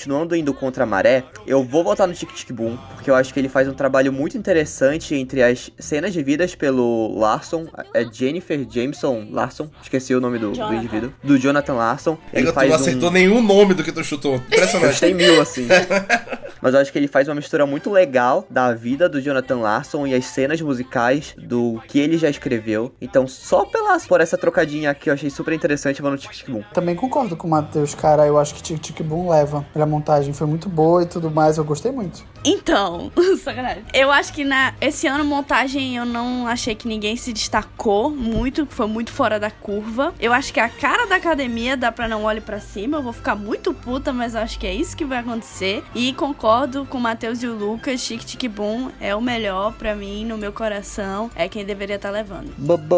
D: continuando indo contra a maré, eu vou voltar no Tic Tic Boom, porque eu acho que ele faz um trabalho muito interessante entre as cenas vividas pelo Larson, é Jennifer Jameson Larson, esqueci o nome do indivíduo, do Jonathan Larson.
A: Tu não acertou nenhum nome do que tu chutou. Impressionante.
D: Tem 1000, assim. Mas eu acho que ele faz uma mistura muito legal da vida do Jonathan Larson e as cenas musicais do que ele já escreveu. Então, só por essa trocadinha aqui, eu achei super interessante, eu vou no Tic Tic Boom.
C: Também concordo com o Matheus, cara. Eu acho que Tic Tic Boom leva. A montagem foi muito boa e tudo mais. Eu gostei muito.
E: Então, sacanagem. Eu acho que esse ano a montagem eu não achei que ninguém se destacou muito, foi muito fora da curva. Eu acho que a cara da academia dá pra não olhar pra cima. Eu vou ficar muito puta, mas eu acho que é isso que vai acontecer. E concordo com o Matheus e o Lucas. Tic Tic Boom é o melhor pra mim, no meu coração. É quem deveria estar levando.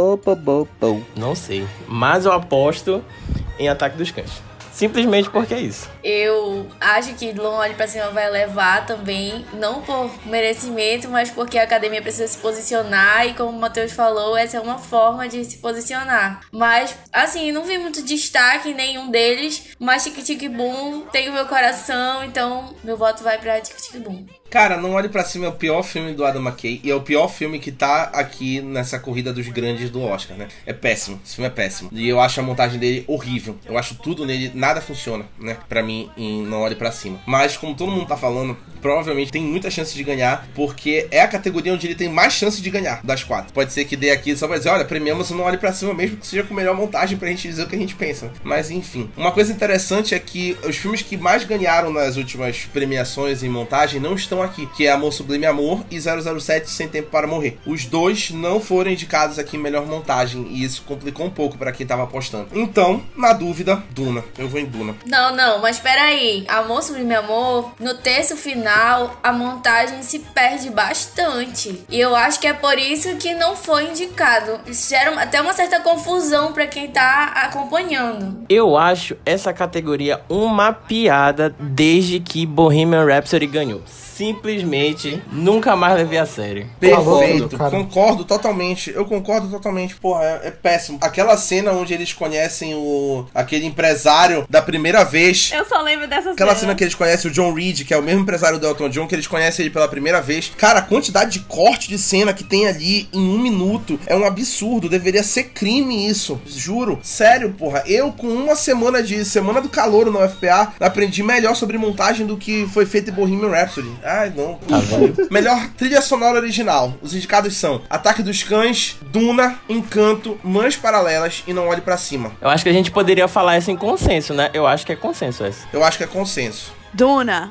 B: Não sei, mas eu aposto em Ataque dos Cães. Simplesmente porque é isso.
F: Eu acho que Não Olhe Pra Cima vai levar também, não por merecimento, mas porque a academia precisa se posicionar e, como o Matheus falou, essa é uma forma de se posicionar. Mas, assim, não vi muito destaque em nenhum deles, mas Tic Tic Boom tem o meu coração, então meu voto vai pra Tic Tic Boom.
A: Cara, Não Olhe Pra Cima é o pior filme do Adam McKay e é o pior filme que tá aqui nessa corrida dos grandes do Oscar, né? É péssimo, esse filme é péssimo. E eu acho a montagem dele horrível. Eu acho tudo nele, nada funciona, né? Pra mim, em Não Olhe Pra Cima. Mas, como todo mundo tá falando, provavelmente tem muita chance de ganhar, porque é a categoria onde ele tem mais chance de ganhar das 4. Pode ser que dê aqui só pra dizer, olha, premiamos o Não Olhe Pra Cima mesmo que seja com melhor montagem pra gente dizer o que a gente pensa. Mas, enfim. Uma coisa interessante é que os filmes que mais ganharam nas últimas premiações em montagem não estão aqui, que é Amor Sublime Amor e 007 Sem Tempo Para Morrer. Os dois não foram indicados aqui em melhor montagem e isso complicou um pouco pra quem tava apostando. Então, na dúvida, Duna. Eu vou em Duna.
F: Não, mas peraí. Amor Sublime Amor, no terço final, a montagem se perde bastante. E eu acho que é por isso que não foi indicado. Isso gera até uma certa confusão pra quem tá acompanhando.
B: Eu acho essa categoria uma piada desde que Bohemian Rhapsody ganhou. Simplesmente nunca mais levei a sério.
A: Perfeito, concordo totalmente. Eu concordo totalmente. Porra, é péssimo. Aquela cena onde eles conhecem aquele empresário da primeira vez.
E: Eu só lembro dessa
A: Aquela cena que eles conhecem o John Reed, que é o mesmo empresário do Elton John, que eles conhecem ele pela primeira vez. Cara, a quantidade de corte de cena que tem ali em 1 minuto é um absurdo. Deveria ser crime isso. Juro. Sério, porra. Eu, com uma semana de Semana do Calouro no UFPA, aprendi melhor sobre montagem do que foi feito em Bohemian Rhapsody. Ai, não. Melhor trilha sonora original. Os indicados são Ataque dos Cães, Duna, Encanto, Mães Paralelas e Não Olhe Pra Cima.
B: Eu acho que a gente poderia falar isso em consenso, né? Eu acho que é consenso essa.
A: Eu acho que é consenso.
E: Duna,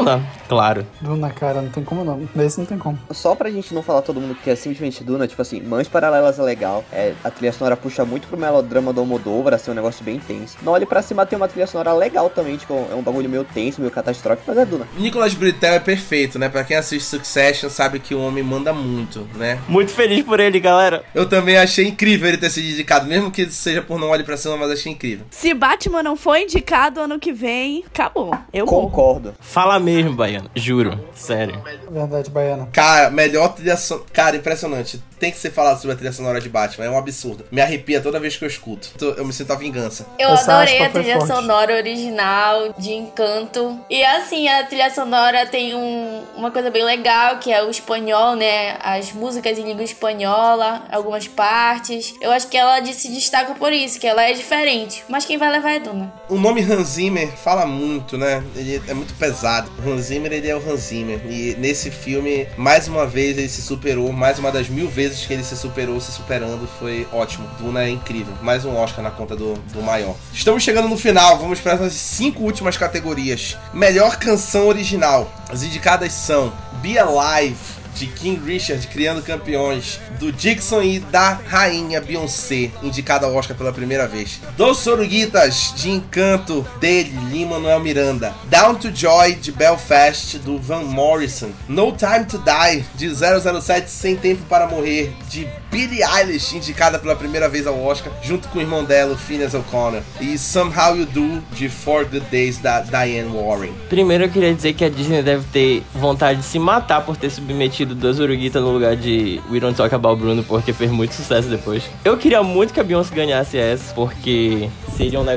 B: claro.
C: Duna, cara, não tem como não. Desse não tem como.
D: Só pra gente não falar todo mundo que é simplesmente Duna, tipo assim, Mães Paralelas é legal. A trilha sonora puxa muito pro melodrama do Almodóvar, assim, um negócio bem tenso. Não Olhe Pra Cima tem uma trilha sonora legal também, tipo, é um bagulho meio tenso, meio catastrófico, mas é Duna.
A: Nicolas Britell é perfeito, né? Pra quem assiste Succession sabe que o homem manda muito, né?
B: Muito feliz por ele, galera.
A: Eu também achei incrível ele ter sido indicado, mesmo que seja por Não Olhe Pra Cima, mas achei incrível.
E: se Batman não for indicado ano que vem, acabou. Eu morro.
D: Concordo.
B: Fala mesmo, Baiano. Juro. Sério.
C: Verdade, Baiana.
A: Cara, melhor trilha sonora. Cara, impressionante. Tem que ser falado sobre a trilha sonora de Batman. É um absurdo. Me arrepia toda vez que eu escuto. Eu me sinto a vingança.
F: Eu
C: Essa
F: adorei
C: aspa
F: a
C: foi
F: trilha
C: forte.
F: sonora original de Encanto. E assim, a trilha sonora tem uma coisa bem legal, que é o espanhol, né? As músicas em língua espanhola, algumas partes. Eu acho que ela se destaca por isso, que ela é diferente. Mas quem vai levar é Duna.
A: O nome Hans Zimmer fala muito, né? Ele é muito pesado. O Hans Zimmer, ele é o Hans Zimmer. E nesse filme, mais uma vez, ele se superou. Mais uma das 1000 vezes que ele se superou, se superando. Foi ótimo. Duna é incrível. Mais um Oscar na conta do maior. Estamos chegando no final. Vamos para as 5 últimas categorias. Melhor canção original. As indicadas são Be Alive, de King Richard, Criando Campeões, do Dixon e da rainha Beyoncé, indicada ao Oscar pela primeira vez. Dos Soruguitas, de Encanto, dele, Lin-Manuel Miranda. Down to Joy, de Belfast, do Van Morrison. No Time to Die, de 007 Sem Tempo Para Morrer, de Billie Eilish, indicada pela primeira vez ao Oscar, junto com o irmão dela, o Phineas O'Connor. E Somehow You Do, de Four Good Days, da Diane Warren.
B: Primeiro eu queria dizer que a Disney deve ter vontade de se matar por ter submetido Dos Uruguita no lugar de We Don't Talk About Bruno, porque fez muito sucesso depois. Eu queria muito que a Beyoncé ganhasse essa, porque seria um negócio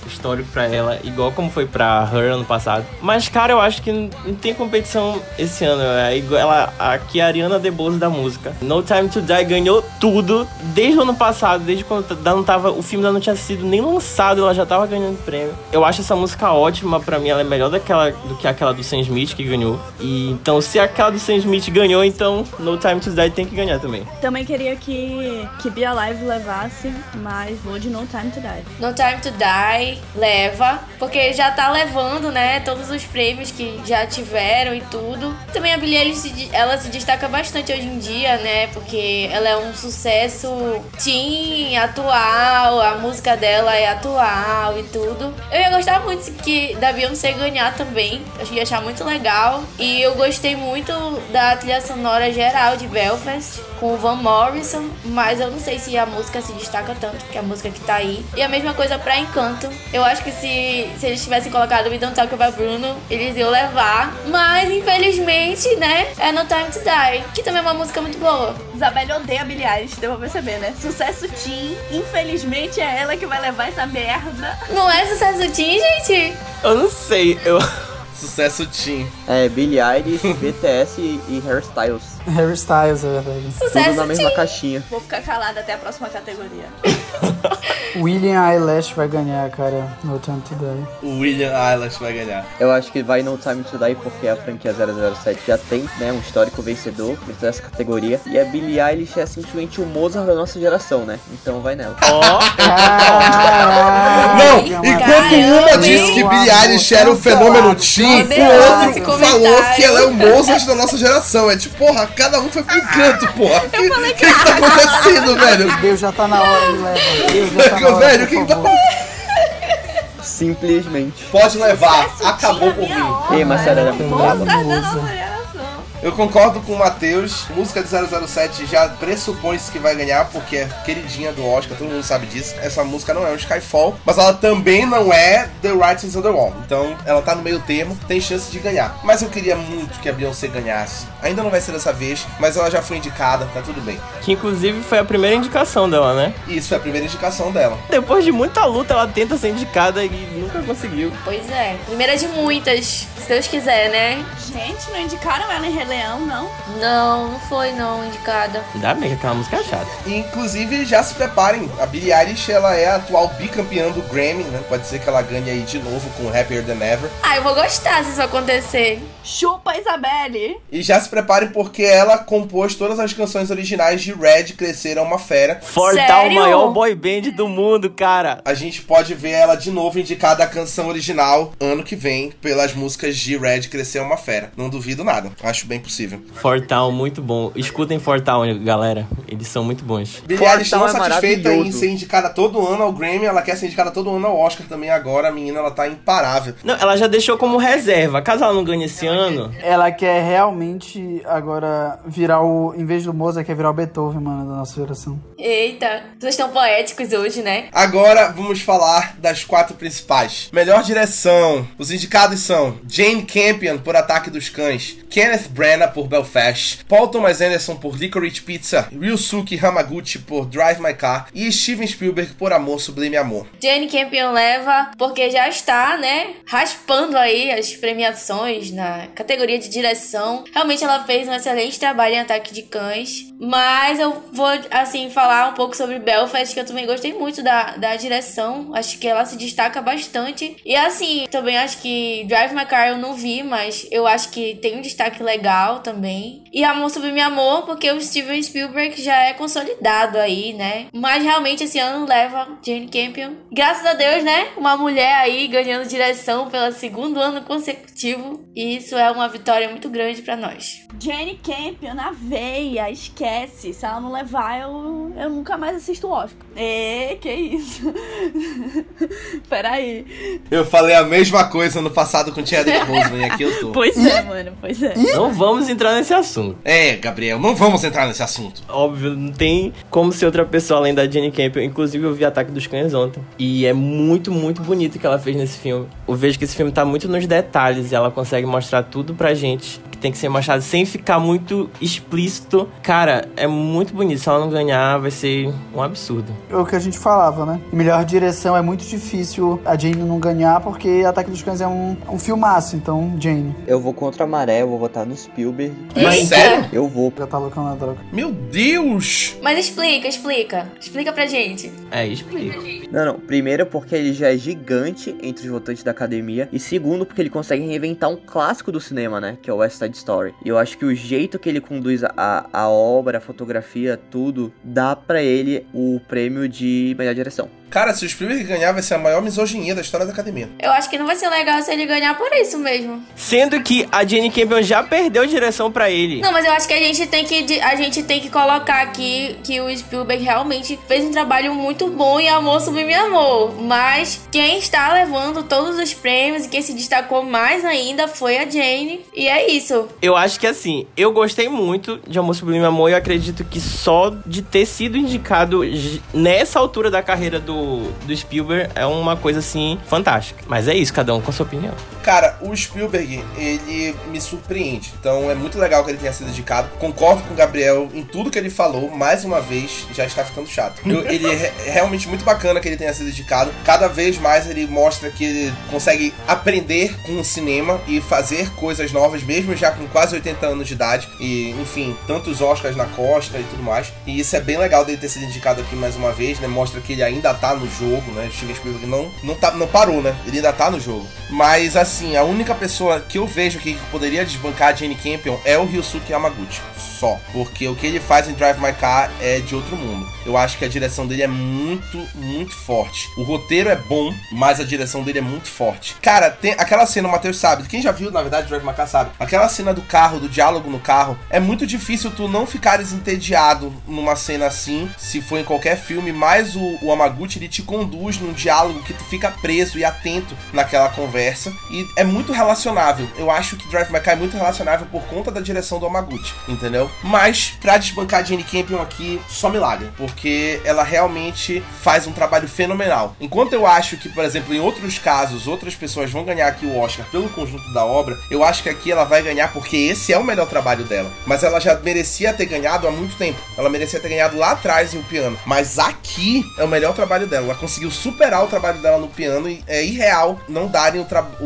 B: histórico pra ela, igual como foi pra Her ano passado. Mas, cara, eu acho que não tem competição esse ano. É igual ela, aqui a Ariana DeBose da música. No Time to Die ganhou tudo desde o ano passado, desde quando o filme ainda não tinha sido nem lançado, ela já tava ganhando prêmio. Eu acho essa música ótima, pra mim ela é melhor do que aquela do Sam Smith que ganhou. E então, se aquela do Sam Smith ganhou, então No Time to Die tem que ganhar também.
E: Também queria que Be Alive levasse, mas vou de No Time to Die.
F: No Time to Die leva, porque já tá levando, né, todos os prêmios que já tiveram e tudo. Também a Billie Eilish, ela se destaca bastante hoje em dia, né, porque ela é um sucesso teen, atual, a música dela é atual e tudo. Eu ia gostar muito da Beyoncé ganhar também, eu ia achar muito legal. E eu gostei muito da trilha sonora geral de Belfast, com o Van Morrison, mas eu não sei se a música se destaca tanto, que é a música que tá aí. E a mesma coisa pra Encanto. Eu acho que se eles tivessem colocado We Don't Talk About Bruno, eles iam levar. Mas, infelizmente, né, é No Time to Die, que também é uma música muito boa.
E: Isabelle odeia a Billie Eilish, deu pra perceber, né? Sucesso teen, infelizmente é ela que vai levar essa merda.
F: Não é sucesso teen, gente?
B: Eu não sei,
A: Sucesso teen.
D: É, Billie Eilish, BTS e Harry Styles.
C: Harry Styles, é verdade.
F: Sucesso
D: Tudo na mesma
F: teen.
D: caixinha.
E: Vou ficar calada até a próxima categoria.
C: William Eyelash vai ganhar, cara, No Time to Die.
A: O William Eyelash vai ganhar.
D: Eu acho que vai No Time to Die porque a franquia 007 já tem, né, um histórico vencedor dessa categoria. E a Billie Eilish é simplesmente o Mozart da nossa geração, né? Então vai nela.
A: Não, enquanto uma disse que Billie Eilish era o fenômeno teen, o outro falou que ela é o Mozart da nossa geração. É tipo, porra, cada um foi pro canto, porra. O que tá acontecendo, velho?
C: Deus já tá na hora, me leva. Deus já tá na hora,
A: Velho,
C: por
A: quem tá...
C: favor.
D: Simplesmente.
A: Pode levar,
E: Sucesso
A: acabou
E: teen,
A: por
E: a
A: mim.
E: minha honra.
D: Ei, mas sério, era muito
E: Mozart
D: brava.
E: da nossa geração.
A: Eu concordo com o Matheus. Música de 007 já pressupõe-se que vai ganhar, porque é queridinha do Oscar, todo mundo sabe disso. Essa música não é um Skyfall, mas ela também não é The Writings on the Wall. Então, ela tá no meio termo, tem chance de ganhar. Mas eu queria muito que a Beyoncé ganhasse. Ainda não vai ser dessa vez, mas ela já foi indicada, tá tudo bem.
B: que inclusive foi a primeira indicação dela, né?
A: Isso é a primeira indicação dela.
B: Depois de muita luta, ela tenta ser indicada e nunca conseguiu.
F: Pois é, primeira de muitas, se Deus quiser, né?
E: Gente, não indicaram ela em Rei Leão, não?
F: Não foi não indicada.
B: Ainda bem que aquela música é chata.
A: E, inclusive, já se preparem. A Billie Eilish, ela é a atual bicampeã do Grammy, né? Pode ser que ela ganhe aí de novo com Happier Than Ever.
F: Ah, eu vou gostar se isso acontecer.
E: Chupa, Isabelle!
A: E já se preparem porque ela compôs todas as canções originais de Red, Crescer é uma Fera.
B: Fortal, o
F: Sério?
B: maior boy band do mundo, cara.
A: A gente pode ver ela de novo indicada a canção original ano que vem pelas músicas de Red, Crescer é uma Fera. Não duvido nada, acho bem possível.
B: Fortal, muito bom. Escutem Fortal, galera. Eles são muito bons.
A: Billie Eilish não
D: é
A: satisfeita em
D: maravilhoso.
A: ser indicada todo ano ao Grammy, ela quer ser indicada todo ano ao Oscar também agora. A menina, ela tá imparável.
B: Não, ela já deixou como reserva. Caso ela não ganhe esse ano...
C: Ela quer realmente agora virar o... Em vez do Mozart, quer virar o Beethoven, mano, da nossa geração.
F: Eita, vocês estão poéticos hoje, né?
A: Agora vamos falar das 4 principais. Melhor direção. Os indicados são Jane Campion por Ataque dos Cães, Kenneth Branagh por Belfast, Paul Thomas Anderson por Licorice Pizza, Ryusuke Hamaguchi por Drive My Car e Steven Spielberg por Amor Sublime Amor.
F: Jane Campion leva porque já está, né, raspando aí as premiações na categoria de direção. Realmente ela fez um excelente trabalho em Ataque de Cães. Mas eu vou, assim, falar um pouco sobre Belfast, que eu também gostei muito da direção. Acho que ela se destaca bastante. E, assim, também acho que Drive My Car eu não vi, mas eu acho que tem um destaque legal também. E Amor Sublime Amor, porque o Steven Spielberg já é consolidado aí, né? Mas realmente esse ano leva Jane Campion. Graças a Deus, né? Uma mulher aí ganhando direção pelo 2º ano consecutivo. E isso é uma vitória muito grande pra nós.
E: Jane Campion na veia, esquece. Se ela não levar, eu nunca mais assisto o Oscar. Que isso? Peraí.
A: Eu falei a mesma coisa no passado com Chadwick Boseman e aqui eu tô.
E: Pois é, mano, pois é.
B: Não vamos entrar nesse assunto.
A: É, Gabriel, não vamos entrar nesse assunto.
B: Óbvio, não tem como ser outra pessoa além da Jane Campion. Inclusive, eu vi Ataque dos Cães ontem. E é muito, muito bonito o que ela fez nesse filme. Eu vejo que esse filme tá muito nos detalhes e ela consegue mostrar tudo pra gente. tem que ser mostrado sem ficar muito explícito. Cara, é muito bonito. Se ela não ganhar, vai ser um absurdo.
C: É o que a gente falava, né? Melhor direção é muito difícil a Jane não ganhar, porque Ataque dos Cães é um filmaço, então Jane.
D: Eu vou contra a maré, eu vou votar no Spielberg.
A: Mas sério?
D: Eu vou.
C: Já tá loucão na droga.
A: Meu Deus!
F: Mas explica. Explica pra gente.
B: Explica.
D: Não. Primeiro, porque ele já é gigante entre os votantes da academia. E segundo, porque ele consegue reinventar um clássico do cinema, né? Que é o West Side Story. E eu acho que o jeito que ele conduz a obra, a fotografia, tudo, dá pra ele o prêmio de melhor direção.
A: Cara, se o Spielberg ganhar, vai ser a maior misoginia da história da academia.
F: Eu acho que não vai ser legal se ele ganhar por isso mesmo.
B: Sendo que a Jane Campion já perdeu direção pra ele.
F: Não, mas eu acho que a gente tem que colocar aqui que o Spielberg realmente fez um trabalho muito bom em Amor Sublime Amor. Mas quem está levando todos os prêmios e quem se destacou mais ainda foi a Jane. E é isso.
B: Eu acho que assim, eu gostei muito de Amor Sublime Amor e eu acredito que só de ter sido indicado nessa altura da carreira do Spielberg é uma coisa assim fantástica. Mas é isso, cada um com a sua opinião.
A: Cara, o Spielberg, ele me surpreende. Então é muito legal que ele tenha sido indicado. Concordo com o Gabriel em tudo que ele falou. Mais uma vez, já está ficando chato. Ele é realmente muito bacana que ele tenha sido indicado. Cada vez mais ele mostra que ele consegue aprender com o cinema e fazer coisas novas, mesmo já com quase 80 anos de idade. E, enfim, tantos Oscars na costa e tudo mais. E isso é bem legal dele ter sido indicado aqui mais uma vez, né? Mostra que ele ainda tá no jogo, né? O Steven Spielberg não parou, né? Ele ainda tá no jogo. Mas, assim, a única pessoa que eu vejo que poderia desbancar a Jane Campion é o Ryusuke Yamaguchi. Só. Porque o que ele faz em Drive My Car é de outro mundo. Eu acho que a direção dele é muito, muito forte. O roteiro é bom, mas a direção dele é muito forte. Cara, tem aquela cena, o Matheus sabe, quem já viu, na verdade, Drive My Car sabe. Aquela cena do carro, do diálogo no carro, é muito difícil tu não ficares entediado numa cena assim, se for em qualquer filme, mas o Yamaguchi, ele te conduz num diálogo que tu fica preso e atento naquela conversa, e é muito relacionável. Eu acho que Drive My Car é muito relacionável por conta da direção do Yamaguchi, entendeu? Mas, pra desbancar a Jane Campion aqui, só milagre, porque ela realmente faz um trabalho fenomenal. Enquanto eu acho que, por exemplo, em outros casos, outras pessoas vão ganhar aqui o Oscar pelo conjunto da obra, eu acho que aqui ela vai ganhar porque esse é o melhor trabalho dela. Mas ela já merecia ter ganhado há muito tempo. Ela merecia ter ganhado lá atrás em O Piano. Mas aqui é o melhor trabalho dela. Ela conseguiu superar o trabalho dela no Piano e é irreal não darem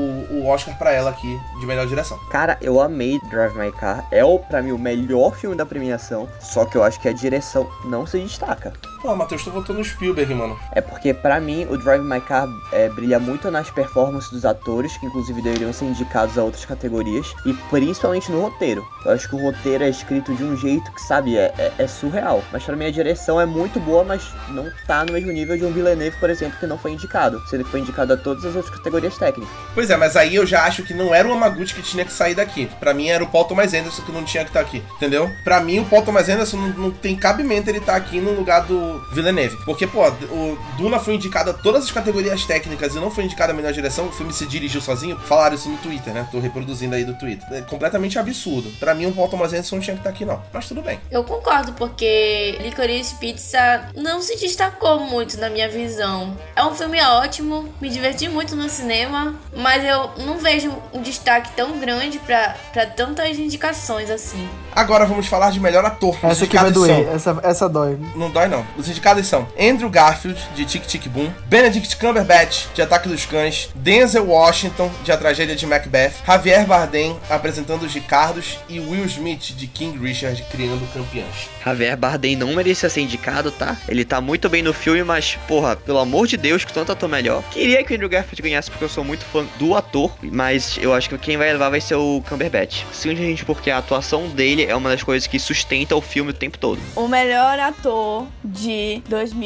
A: o Oscar pra ela aqui de melhor direção.
D: Cara, eu amei Drive My Car. É, pra mim, o melhor filme da premiação. Só que eu acho que a direção não se destaca.
A: Pô, Matheus, tu votou no Spielberg, mano.
D: É porque, pra mim, o Drive My Car brilha muito nas performances dos atores, que inclusive deveriam ser indicados a outras categorias, e principalmente no roteiro. Eu acho que o roteiro é escrito de um jeito que, sabe, é surreal. Mas pra mim a direção é muito boa, mas não tá no mesmo nível de um Villeneuve, por exemplo, que não foi indicado, sendo que foi indicado a todas as outras categorias técnicas.
A: Pois é, mas aí eu já acho que não era o Yamaguchi que tinha que sair daqui. Pra mim era o Paul Thomas Anderson que não tinha que estar aqui, entendeu? Pra mim o Paul Thomas Anderson não tem cabimento ele estar aqui no lugar do Villeneuve. Porque, pô, o Duna foi indicado a todas as categorias técnicas e não foi indicado a melhor direção, o filme se dirigiu sozinho. Falaram isso no Twitter, né? Tô reproduzindo aí do Twitter. É completamente absurdo. Pra mim o Paul Thomas Anderson não tinha que estar aqui, não. Mas tudo bem.
F: Eu concordo, porque Licorice Pizza não se destacou muito na minha visão. É um filme ótimo, me diverti muito no cinema, mas eu não vejo um destaque tão grande pra tantas indicações assim.
A: Agora vamos falar de melhor ator.
C: Essa aqui vai doer, essa dói.
A: Não dói, não. Os indicados são Andrew Garfield, de Tic Tic Boom, Benedict Cumberbatch, de Ataque dos Cães, Denzel Washington, de A Tragédia de Macbeth, Javier Bardem, apresentando os Ricardos, e Will Smith, de King Richard, Criando Campeãs.
D: Javier Bardem não merecia ser indicado, tá? Ele tá muito bem no filme, mas, porra, pelo amor de Deus, que tanto ator melhor. Queria que o Andrew Garfield ganhasse porque eu sou muito fã do ator, mas eu acho que quem vai levar vai ser o Cumberbatch. Simplesmente porque a atuação dele é uma das coisas que sustenta o filme o tempo todo.
E: O melhor ator de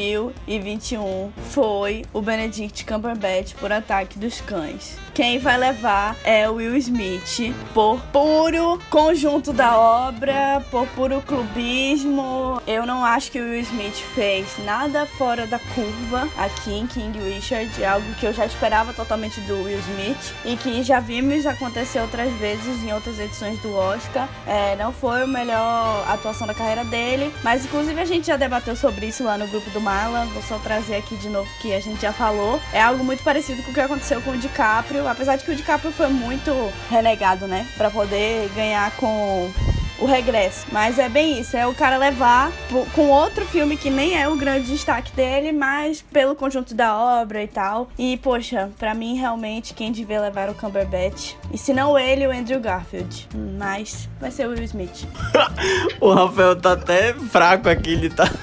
E: 2021 foi o Benedict Cumberbatch por Ataque dos Cães. Quem vai levar é o Will Smith por puro conjunto da obra, por puro clubismo. Eu não acho que o Will Smith fez nada fora da curva aqui em King Richard, algo que eu já esperava totalmente do Will Smith e que já vimos acontecer outras vezes em outras edições do Oscar. Não foi a melhor atuação da carreira dele, mas inclusive a gente já debateu sobre isso lá no grupo do Mala, vou só trazer aqui de novo que a gente já falou. É algo muito parecido com o que aconteceu com o DiCaprio, apesar de que o DiCaprio foi muito renegado, né, pra poder ganhar com o Regresso. Mas é bem isso, é o cara levar com outro filme que nem é o grande destaque dele, mas pelo conjunto da obra e tal. E, poxa, pra mim, realmente, quem devia levar o Cumberbatch. E se não ele, o Andrew Garfield. Mas vai ser o Will Smith.
B: O Rafael tá até fraco aqui, ele tá...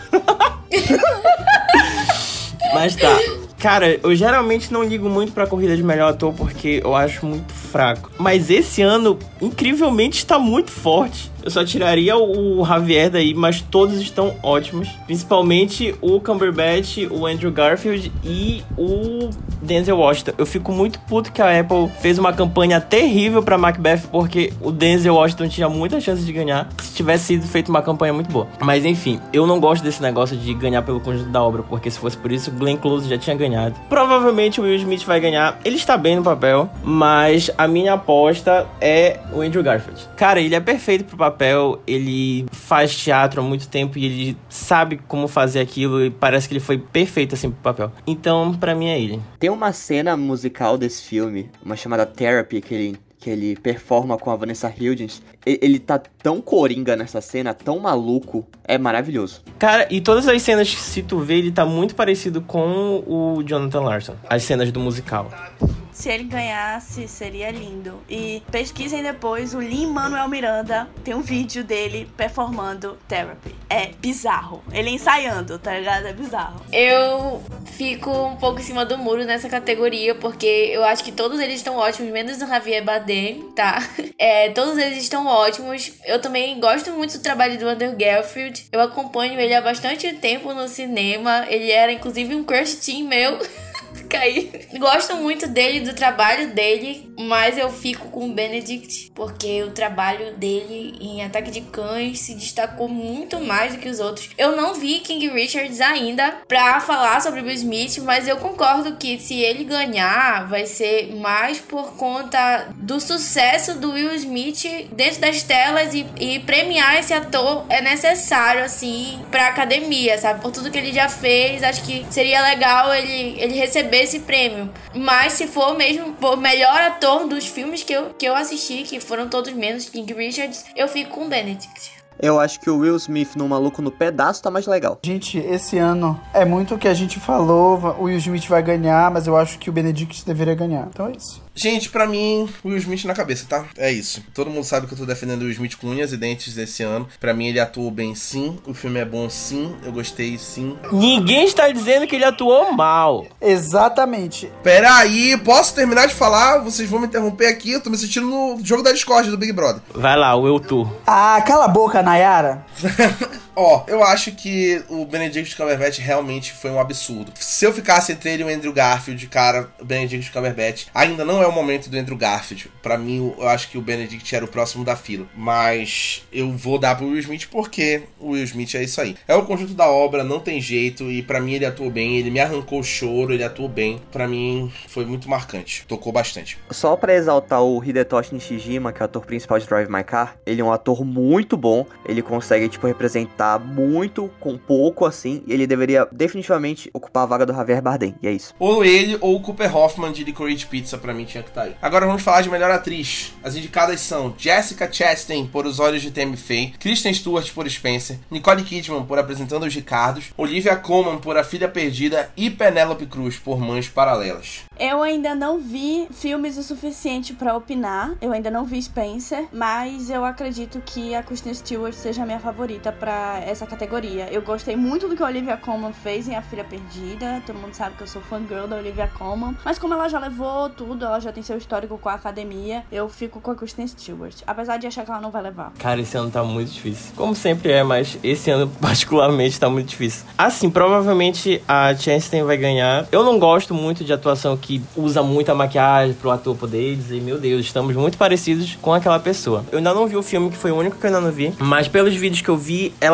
B: Mas tá. Cara, eu geralmente não ligo muito pra corrida de melhor ator porque eu acho muito fraco. Mas esse ano, incrivelmente, está muito forte. Eu só tiraria o Javier daí, mas todos estão ótimos. Principalmente o Cumberbatch, o Andrew Garfield e o Denzel Washington. Eu fico muito puto que a Apple fez uma campanha terrível pra Macbeth, porque o Denzel Washington tinha muita chance de ganhar se tivesse sido feita uma campanha muito boa. Mas enfim, eu não gosto desse negócio de ganhar pelo conjunto da obra, porque se fosse por isso, o Glenn Close já tinha ganhado. Provavelmente o Will Smith vai ganhar. Ele está bem no papel, mas a minha aposta é o Andrew Garfield. Cara, ele é perfeito pro papel, ele faz teatro há muito tempo e ele sabe como fazer aquilo e parece que ele foi perfeito assim pro papel. Então, pra mim é ele.
D: Tem uma cena musical desse filme, uma chamada Therapy, que ele performa com a Vanessa Hudgens. Ele tá tão coringa nessa cena, tão maluco, é maravilhoso.
B: Cara, e todas as cenas, se tu vê, ele tá muito parecido com o Jonathan Larson, as cenas do musical.
E: Se ele ganhasse, seria lindo. E pesquisem depois, o Lin-Manuel Miranda tem um vídeo dele performando Therapy. É bizarro. Ele ensaiando, tá ligado? É bizarro.
F: Eu fico um pouco em cima do muro nessa categoria, porque eu acho que todos eles estão ótimos, menos o Javier Bardem, tá? Todos eles estão ótimos. Eu também gosto muito do trabalho do Andrew Garfield. Eu acompanho ele há bastante tempo no cinema. Ele era, inclusive, um crush teen meu. Caí. Gosto muito dele, do trabalho dele, mas eu fico com o Benedict, porque o trabalho dele em Ataque de Cães se destacou muito mais do que os outros. Eu não vi King Richards ainda pra falar sobre o Will Smith, mas eu concordo que se ele ganhar, vai ser mais por conta do sucesso do Will Smith dentro das telas, e premiar esse ator é necessário, assim, pra academia, sabe? Por tudo que ele já fez, acho que seria legal ele receber esse prêmio. Mas se for mesmo o melhor ator dos filmes que eu assisti, que foram todos menos King Richards, eu fico com Benedict.
D: Eu acho que o Will Smith no Maluco no Pedaço tá mais legal.
C: Gente, esse ano é muito o que a gente falou. O Will Smith vai ganhar, mas eu acho que o Benedict deveria ganhar. Então é isso.
A: Gente, pra mim, o Will Smith na cabeça, tá? É isso. Todo mundo sabe que eu tô defendendo o Will Smith com unhas e dentes esse ano. Pra mim, ele atuou bem, sim. O filme é bom, sim. Eu gostei, sim.
B: Ninguém está dizendo que ele atuou mal.
C: Exatamente.
A: Pera aí, posso terminar de falar? Vocês vão me interromper aqui. Eu tô me sentindo no jogo da Discord do Big Brother.
B: Vai lá, o Eu Tu.
C: Ah, cala a boca, Nayara.
A: Ó, eu acho que o Benedict Cumberbatch realmente foi um absurdo. Se eu ficasse entre ele e o Andrew Garfield, cara, o Benedict Cumberbatch ainda não é o momento do Andrew Garfield. Pra mim, eu acho que o Benedict era o próximo da fila. Mas eu vou dar pro Will Smith porque o Will Smith é isso aí. É o conjunto da obra, não tem jeito. E pra mim ele atuou bem, ele me arrancou o choro, ele atuou bem. Pra mim foi muito marcante, tocou bastante.
D: Só pra exaltar o Hidetoshi Nishijima, que é o ator principal de Drive My Car, ele é um ator muito bom. Ele consegue, representar muito com pouco, assim, e ele deveria definitivamente ocupar a vaga do Javier Bardem, e é isso.
A: Ou ele ou o Cooper Hoffman de Licorice Pizza, pra mim tinha que estar aí. Agora vamos falar de melhor atriz. As indicadas são Jessica Chastain por Os Olhos de Tammy Faye, Kristen Stewart por Spencer, Nicole Kidman por Apresentando os Ricardos, Olivia Colman por A Filha Perdida e Penélope Cruz por Mães Paralelas.
E: Eu ainda não vi filmes o suficiente pra opinar. Eu ainda não vi Spencer, mas eu acredito que a Kristen Stewart seja a minha favorita pra essa categoria. Eu gostei muito do que a Olivia Colman fez em A Filha Perdida. Todo mundo sabe que eu sou fangirl da Olivia Colman, mas como ela já levou tudo, ela já tem seu histórico com a academia, eu fico com a Kristen Stewart, apesar de achar que ela não vai levar.
B: Cara, esse ano tá muito difícil. Como sempre é, mas esse ano particularmente tá muito difícil. Assim, provavelmente a Chastain vai ganhar. Eu não gosto muito de atuação que usa muita maquiagem pro ator poder dizer, meu Deus, estamos muito parecidos com aquela pessoa. Eu ainda não vi o filme, que foi o único que eu ainda não vi, mas pelos vídeos que eu vi, ela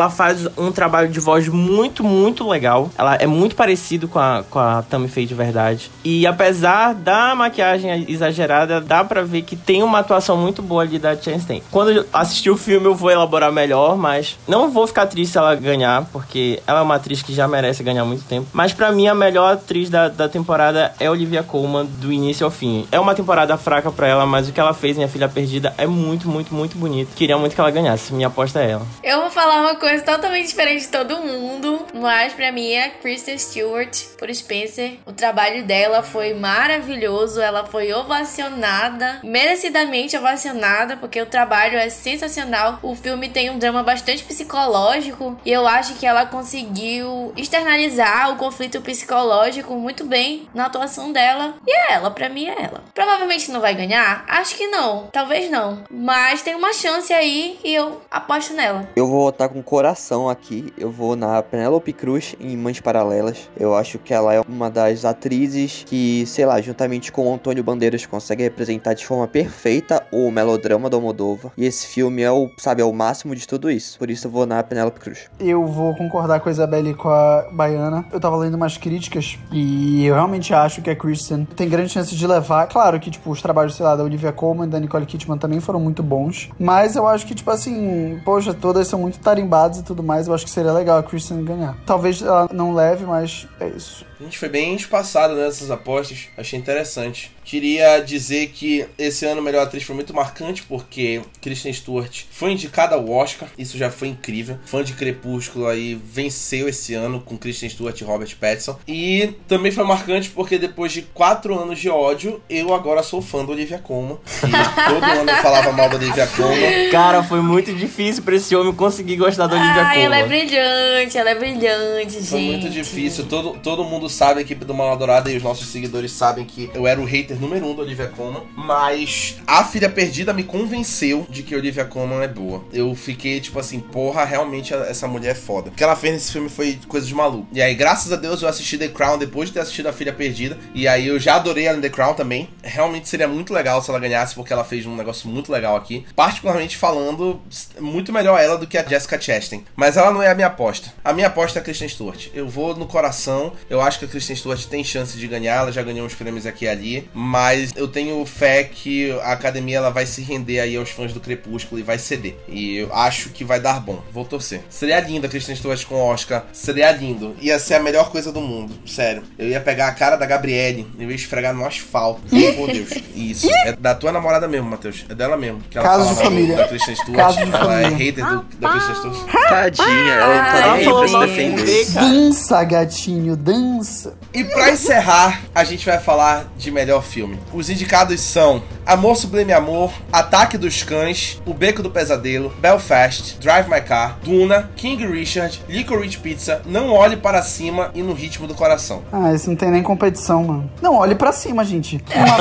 B: ela faz um trabalho de voz muito, muito legal. Ela é muito parecido com a Tammy Faye de verdade. E apesar da maquiagem exagerada, dá pra ver que tem uma atuação muito boa ali da Chastain. Quando eu assistir o filme, eu vou elaborar melhor, mas não vou ficar triste se ela ganhar, porque ela é uma atriz que já merece ganhar há muito tempo. Mas pra mim, a melhor atriz da temporada é Olivia Colman, do início ao fim. É uma temporada fraca pra ela, mas o que ela fez em A Filha Perdida é muito, muito, muito bonito. Queria muito que ela ganhasse. Minha aposta é ela.
F: Eu vou falar uma coisa totalmente diferente de todo mundo, mas pra mim é Kristen Stewart por Spencer. O trabalho dela foi maravilhoso, ela foi ovacionada, merecidamente ovacionada, porque o trabalho é sensacional. O filme tem um drama bastante psicológico e eu acho que ela conseguiu externalizar o conflito psicológico muito bem na atuação dela. E é ela, pra mim é ela. Provavelmente não vai ganhar? Acho que não, talvez não, mas tem uma chance aí e eu aposto nela.
D: Eu vou votar com coração aqui. Eu vou na Penélope Cruz em Mães Paralelas. Eu acho que ela é uma das atrizes que, sei lá, juntamente com o Antônio Bandeiras, consegue representar de forma perfeita o melodrama do Almodóvar. E esse filme é o máximo de tudo isso. Por isso eu vou na Penélope Cruz.
C: Eu vou concordar com a Isabelle e com a Baiana. Eu tava lendo umas críticas e eu realmente acho que a Kristen tem grande chance de levar. Claro que, tipo, os trabalhos, sei lá, da Olivia Colman e da Nicole Kidman também foram muito bons. Mas eu acho que, tipo assim, poxa, todas são muito tarimbadas e tudo mais. Eu acho que seria legal a Kristen ganhar. Talvez ela não leve, mas é isso.
A: A gente foi bem espaçado nessas apostas, achei interessante. Queria dizer que esse ano a melhor atriz foi muito marcante, porque Kristen Stewart foi indicada ao Oscar, isso já foi incrível. Fã de Crepúsculo aí venceu esse ano com Kristen Stewart e Robert Pattinson. E também foi marcante porque depois de 4 anos de ódio, eu agora sou fã da Olivia Colman. E todo ano eu falava mal da Olivia Colman.
B: Cara, foi muito difícil pra esse homem conseguir gostar da Olivia Colman.
F: Ela é brilhante, gente.
A: Foi muito difícil, todo mundo sabe, a equipe do Mala Dourada e os nossos seguidores sabem que eu era o hater número 1 da Olivia Colman, mas A Filha Perdida me convenceu de que Olivia Colman é boa. Eu fiquei tipo assim, porra, realmente essa mulher é foda. O que ela fez nesse filme foi coisa de maluco. E aí, graças a Deus, eu assisti The Crown depois de ter assistido A Filha Perdida, e aí eu já adorei ela em The Crown também. Realmente seria muito legal se ela ganhasse, porque ela fez um negócio muito legal aqui. Particularmente falando, muito melhor ela do que a Jessica Chastain. Mas ela não é a minha aposta. A minha aposta é a Kristen Stewart. Eu vou no coração, eu acho que a Kristen Stewart tem chance de ganhar, ela já ganhou uns prêmios aqui e ali, mas eu tenho fé que a academia ela vai se render aí aos fãs do Crepúsculo e vai ceder. E eu acho que vai dar bom. Vou torcer. Seria lindo a Kristen Stewart com o Oscar. Seria lindo. Ia ser a melhor coisa do mundo. Sério. Eu ia pegar a cara da Gabriele e eu ia esfregar no asfalto. Por Deus. Isso. É da tua namorada mesmo, Matheus. É dela mesmo. Que ela
C: Caso
A: fala
C: de família.
A: Da Kristen Stewart.
C: Caso de
A: ela
C: família.
A: é hater da Kristen Stewart.
D: Tadinha, ela tá
B: Ela
D: nem aí
B: falou
D: pra se
B: mal
D: defender.
B: cara.
C: Dança, gatinho, dança.
A: E pra encerrar, a gente vai falar de melhor filme. Os indicados são Amor Sublime Amor, Ataque dos Cães, O Beco do Pesadelo, Belfast, Drive My Car, Duna, King Richard, Licorice Pizza, Não Olhe Para Cima e No Ritmo do Coração.
C: Ah, isso não tem nem competição, mano. Não, olhe pra cima, gente.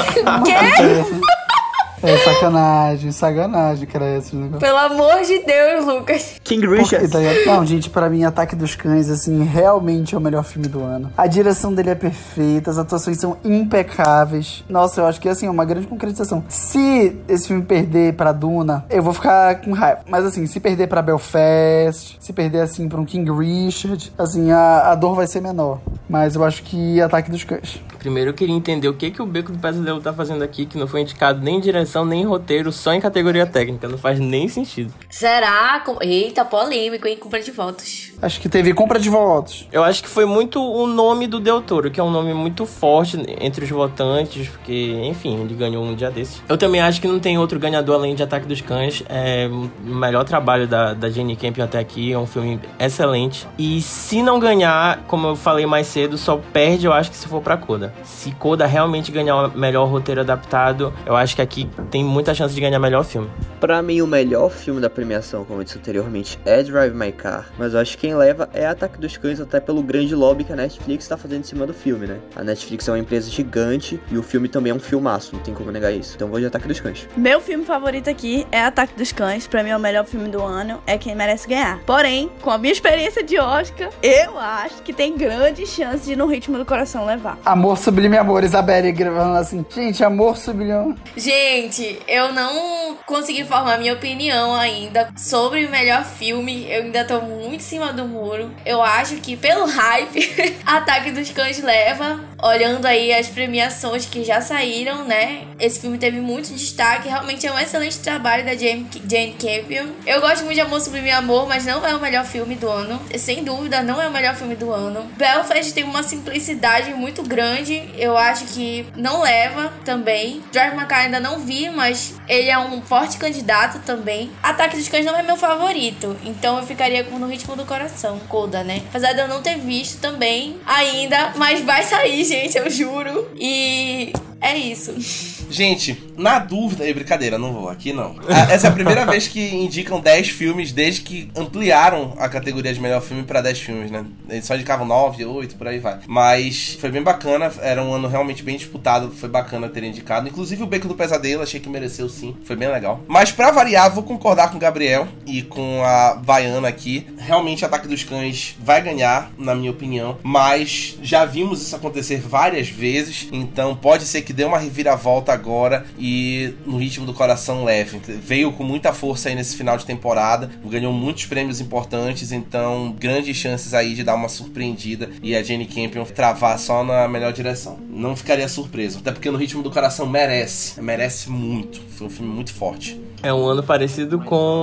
C: É sacanagem, que era esse negócio.
F: Pelo amor de Deus, Lucas.
D: King
C: Porque,
D: Richard.
C: tá ligado? Não, gente, pra mim, Ataque dos Cães, assim, realmente é o melhor filme do ano. A direção dele é perfeita, as atuações são impecáveis. Nossa, eu acho que, assim, é uma grande concretização. Se esse filme perder pra Duna, eu vou ficar com raiva. Mas, assim, se perder pra Belfast, se perder, assim, pra um King Richard, assim, a dor vai ser menor. Mas eu acho que Ataque dos Cães.
B: Primeiro eu queria entender o que o Beco do Pesadelo tá fazendo aqui, que não foi indicado nem em direção, nem em roteiro, só em categoria técnica. Não faz nem sentido.
F: Será? Eita, polêmico, hein? Compra de votos.
C: Acho que teve compra de votos.
B: Eu acho que foi muito o nome do Del Toro, que é um nome muito forte entre os votantes, porque, enfim, ele ganhou um dia desses. Eu também acho que não tem outro ganhador além de Ataque dos Cães. É o melhor trabalho da Jane Campion até aqui, é um filme excelente. E se não ganhar, como eu falei mais cedo, só perde, eu acho que se for pra Coda. Se Coda realmente ganhar o melhor roteiro adaptado, eu acho que aqui tem muita chance de ganhar melhor filme.
D: Pra mim, o melhor filme da premiação, como eu disse anteriormente, é Drive My Car. Mas eu acho que quem leva é Ataque dos Cães, até pelo grande lobby que a Netflix tá fazendo em cima do filme, né? A Netflix é uma empresa gigante e o filme também é um filmaço, não tem como negar isso. Então vou de Ataque dos Cães.
E: Meu filme favorito aqui é Ataque dos Cães. Pra mim é o melhor filme do ano. É quem merece ganhar. Porém, com a minha experiência de Oscar, eu acho que tem grande chance de No Ritmo do Coração levar.
C: Amor Sublime Amor, Isabelle gravando assim. Gente, Amor Sublime Amor.
F: Gente, eu não consegui formar minha opinião ainda sobre o melhor filme. Eu ainda tô muito em cima do muro. Eu acho que pelo hype, Ataque dos Cães leva. Olhando aí as premiações que já saíram, né? Esse filme teve muito destaque. Realmente é um excelente trabalho da Jane Campion. Eu gosto muito de Amor Sublime Amor, mas não é o melhor filme do ano. Sem dúvida, não é o melhor filme do ano. Belfast tem uma simplicidade muito grande. Eu acho que não leva também. Drive My Car ainda não vi, mas ele é um forte candidato também. Ataque dos Cães não é meu favorito, então eu ficaria com No Ritmo do Coração, Coda, né? Apesar de eu não ter visto também ainda, mas vai sair, gente, eu juro. E é isso.
A: Gente, na dúvida... brincadeira, não vou, aqui não. Essa é a primeira vez que indicam 10 filmes desde que ampliaram a categoria de melhor filme pra 10 filmes, né? Eles só indicavam 9, 8, por aí vai. Mas foi bem bacana, era um ano realmente bem disputado, foi bacana ter indicado. Inclusive o Beco do Pesadelo, achei que mereceu sim, foi bem legal. Mas pra variar, vou concordar com o Gabriel e com a Baiana aqui. Realmente Ataque dos Cães vai ganhar, na minha opinião, mas já vimos isso acontecer várias vezes, então pode ser que dê uma reviravolta agora e No Ritmo do Coração leve. Veio com muita força aí nesse final de temporada, ganhou muitos prêmios importantes, então grandes chances aí de dar uma surpreendida e a Jane Campion travar só na melhor direção. Não ficaria surpreso, até porque No Ritmo do Coração merece muito. Foi um filme muito forte.
B: É um ano parecido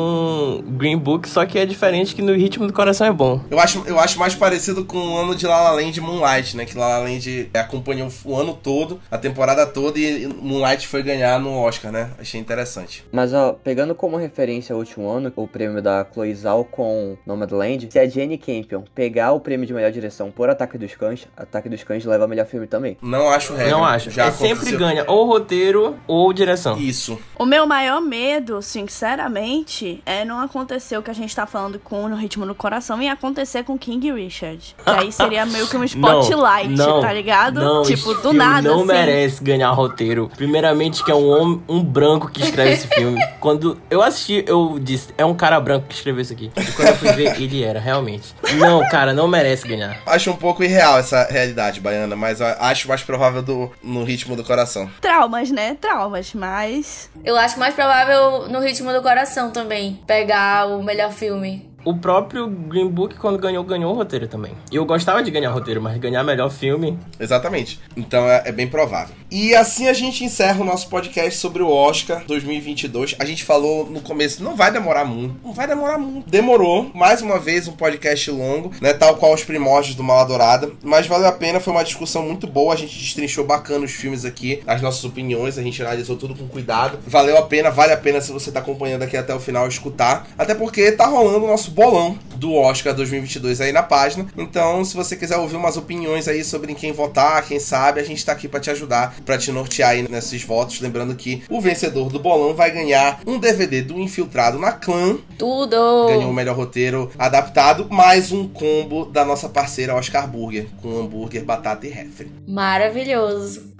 B: com Green Book, só que é diferente, que No Ritmo do Coração é bom.
A: Eu acho mais parecido com o ano de La La Land e Moonlight, né? Que La La Land acompanhou o ano todo, a temporada toda, e Moonlight foi ganhar no Oscar, né? Achei interessante.
D: Mas, ó, pegando como referência o último ano, o prêmio da Chloe Zhao com Nomadland, se a Jane Campion pegar o prêmio de melhor direção por Ataque dos Cães leva melhor filme também.
A: Não acho regra.
B: Não acho.
A: Já
B: sempre ganha ou roteiro ou direção.
A: Isso.
E: O meu maior medo, sinceramente, é não acontecer o que a gente tá falando com No Ritmo do Coração e acontecer com King Richard. Que aí seria meio que um spotlight, tá ligado?
B: Não,
E: tipo, do nada,
B: não
E: assim.
B: merece ganhar roteiro. Primeiramente que é um homem, um branco que escreve esse filme. Quando eu assisti, eu disse, é um cara branco que escreveu isso aqui. E quando eu fui ver, ele era, realmente. Não, cara, não merece ganhar.
A: Acho um pouco irreal essa realidade, Baiana, mas acho mais provável No Ritmo do Coração.
E: Traumas, né? Traumas, mas...
F: Eu acho mais provável No Ritmo do Coração também pegar o melhor filme.
B: O próprio Green Book, quando ganhou o roteiro também. E eu gostava de ganhar roteiro, mas ganhar melhor filme...
A: Exatamente. Então é bem provável. E assim a gente encerra o nosso podcast sobre o Oscar 2022. A gente falou no começo, não vai demorar muito. Demorou. Mais uma vez um podcast longo, né? Tal qual os primórdios do Mala Dourada. Mas valeu a pena, foi uma discussão muito boa. A gente destrinchou bacana os filmes aqui, as nossas opiniões. A gente analisou tudo com cuidado. Valeu a pena, vale a pena se você tá acompanhando aqui até o final escutar. Até porque tá rolando o nosso bolão do Oscar 2022 aí na página. Então, se você quiser ouvir umas opiniões aí sobre em quem votar, quem sabe, a gente tá aqui pra te ajudar, pra te nortear aí nesses votos. Lembrando que o vencedor do bolão vai ganhar um DVD do Infiltrado na Clã.
F: Tudo!
A: Ganhou o melhor roteiro adaptado, mais um combo da nossa parceira Oscar Burger, com hambúrguer, batata e refri.
F: Maravilhoso.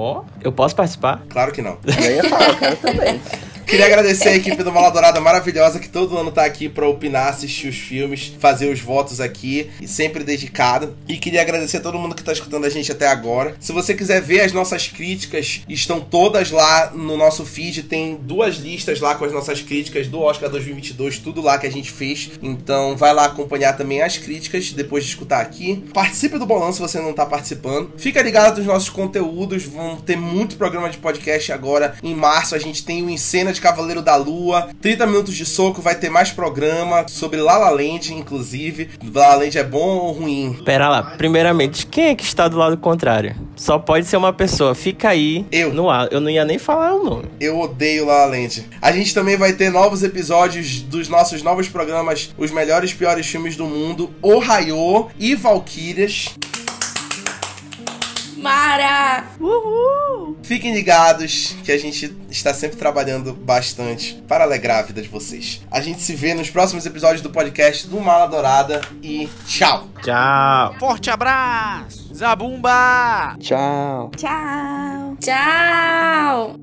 B: Eu posso participar?
A: Claro que não.
D: Eu ia falar, eu quero também.
A: Queria agradecer a equipe do Mala Dourada maravilhosa, que todo ano tá aqui pra opinar, assistir os filmes, fazer os votos aqui, e sempre dedicada. E queria agradecer a todo mundo que tá escutando a gente até agora. Se você quiser ver as nossas críticas, estão todas lá no nosso feed, tem 2 listas lá com as nossas críticas do Oscar 2022, tudo lá que a gente fez. Então vai lá acompanhar também as críticas, depois de escutar aqui. Participe do bolão se você não tá participando. Fica ligado dos nossos conteúdos, vão ter muito programa de podcast agora. Em março a gente tem o Encena de Cavaleiro da Lua, 30 Minutos de Soco, vai ter mais programa sobre La La Land, inclusive. La La Land é bom ou ruim?
B: Pera lá, primeiramente, quem é que está do lado contrário? Só pode ser uma pessoa, fica aí no ar. Eu não ia nem falar o nome.
A: Eu odeio La La Land. A gente também vai ter novos episódios dos nossos novos programas, os melhores e piores filmes do mundo, O Raiô e Valquírias.
F: Mara!
E: Uhul!
A: Fiquem ligados que a gente está sempre trabalhando bastante para alegrar a vida de vocês. A gente se vê nos próximos episódios do podcast do Mala Dourada e tchau!
B: Tchau!
G: Forte abraço! Zabumba!
D: Tchau!
E: Tchau!
F: Tchau!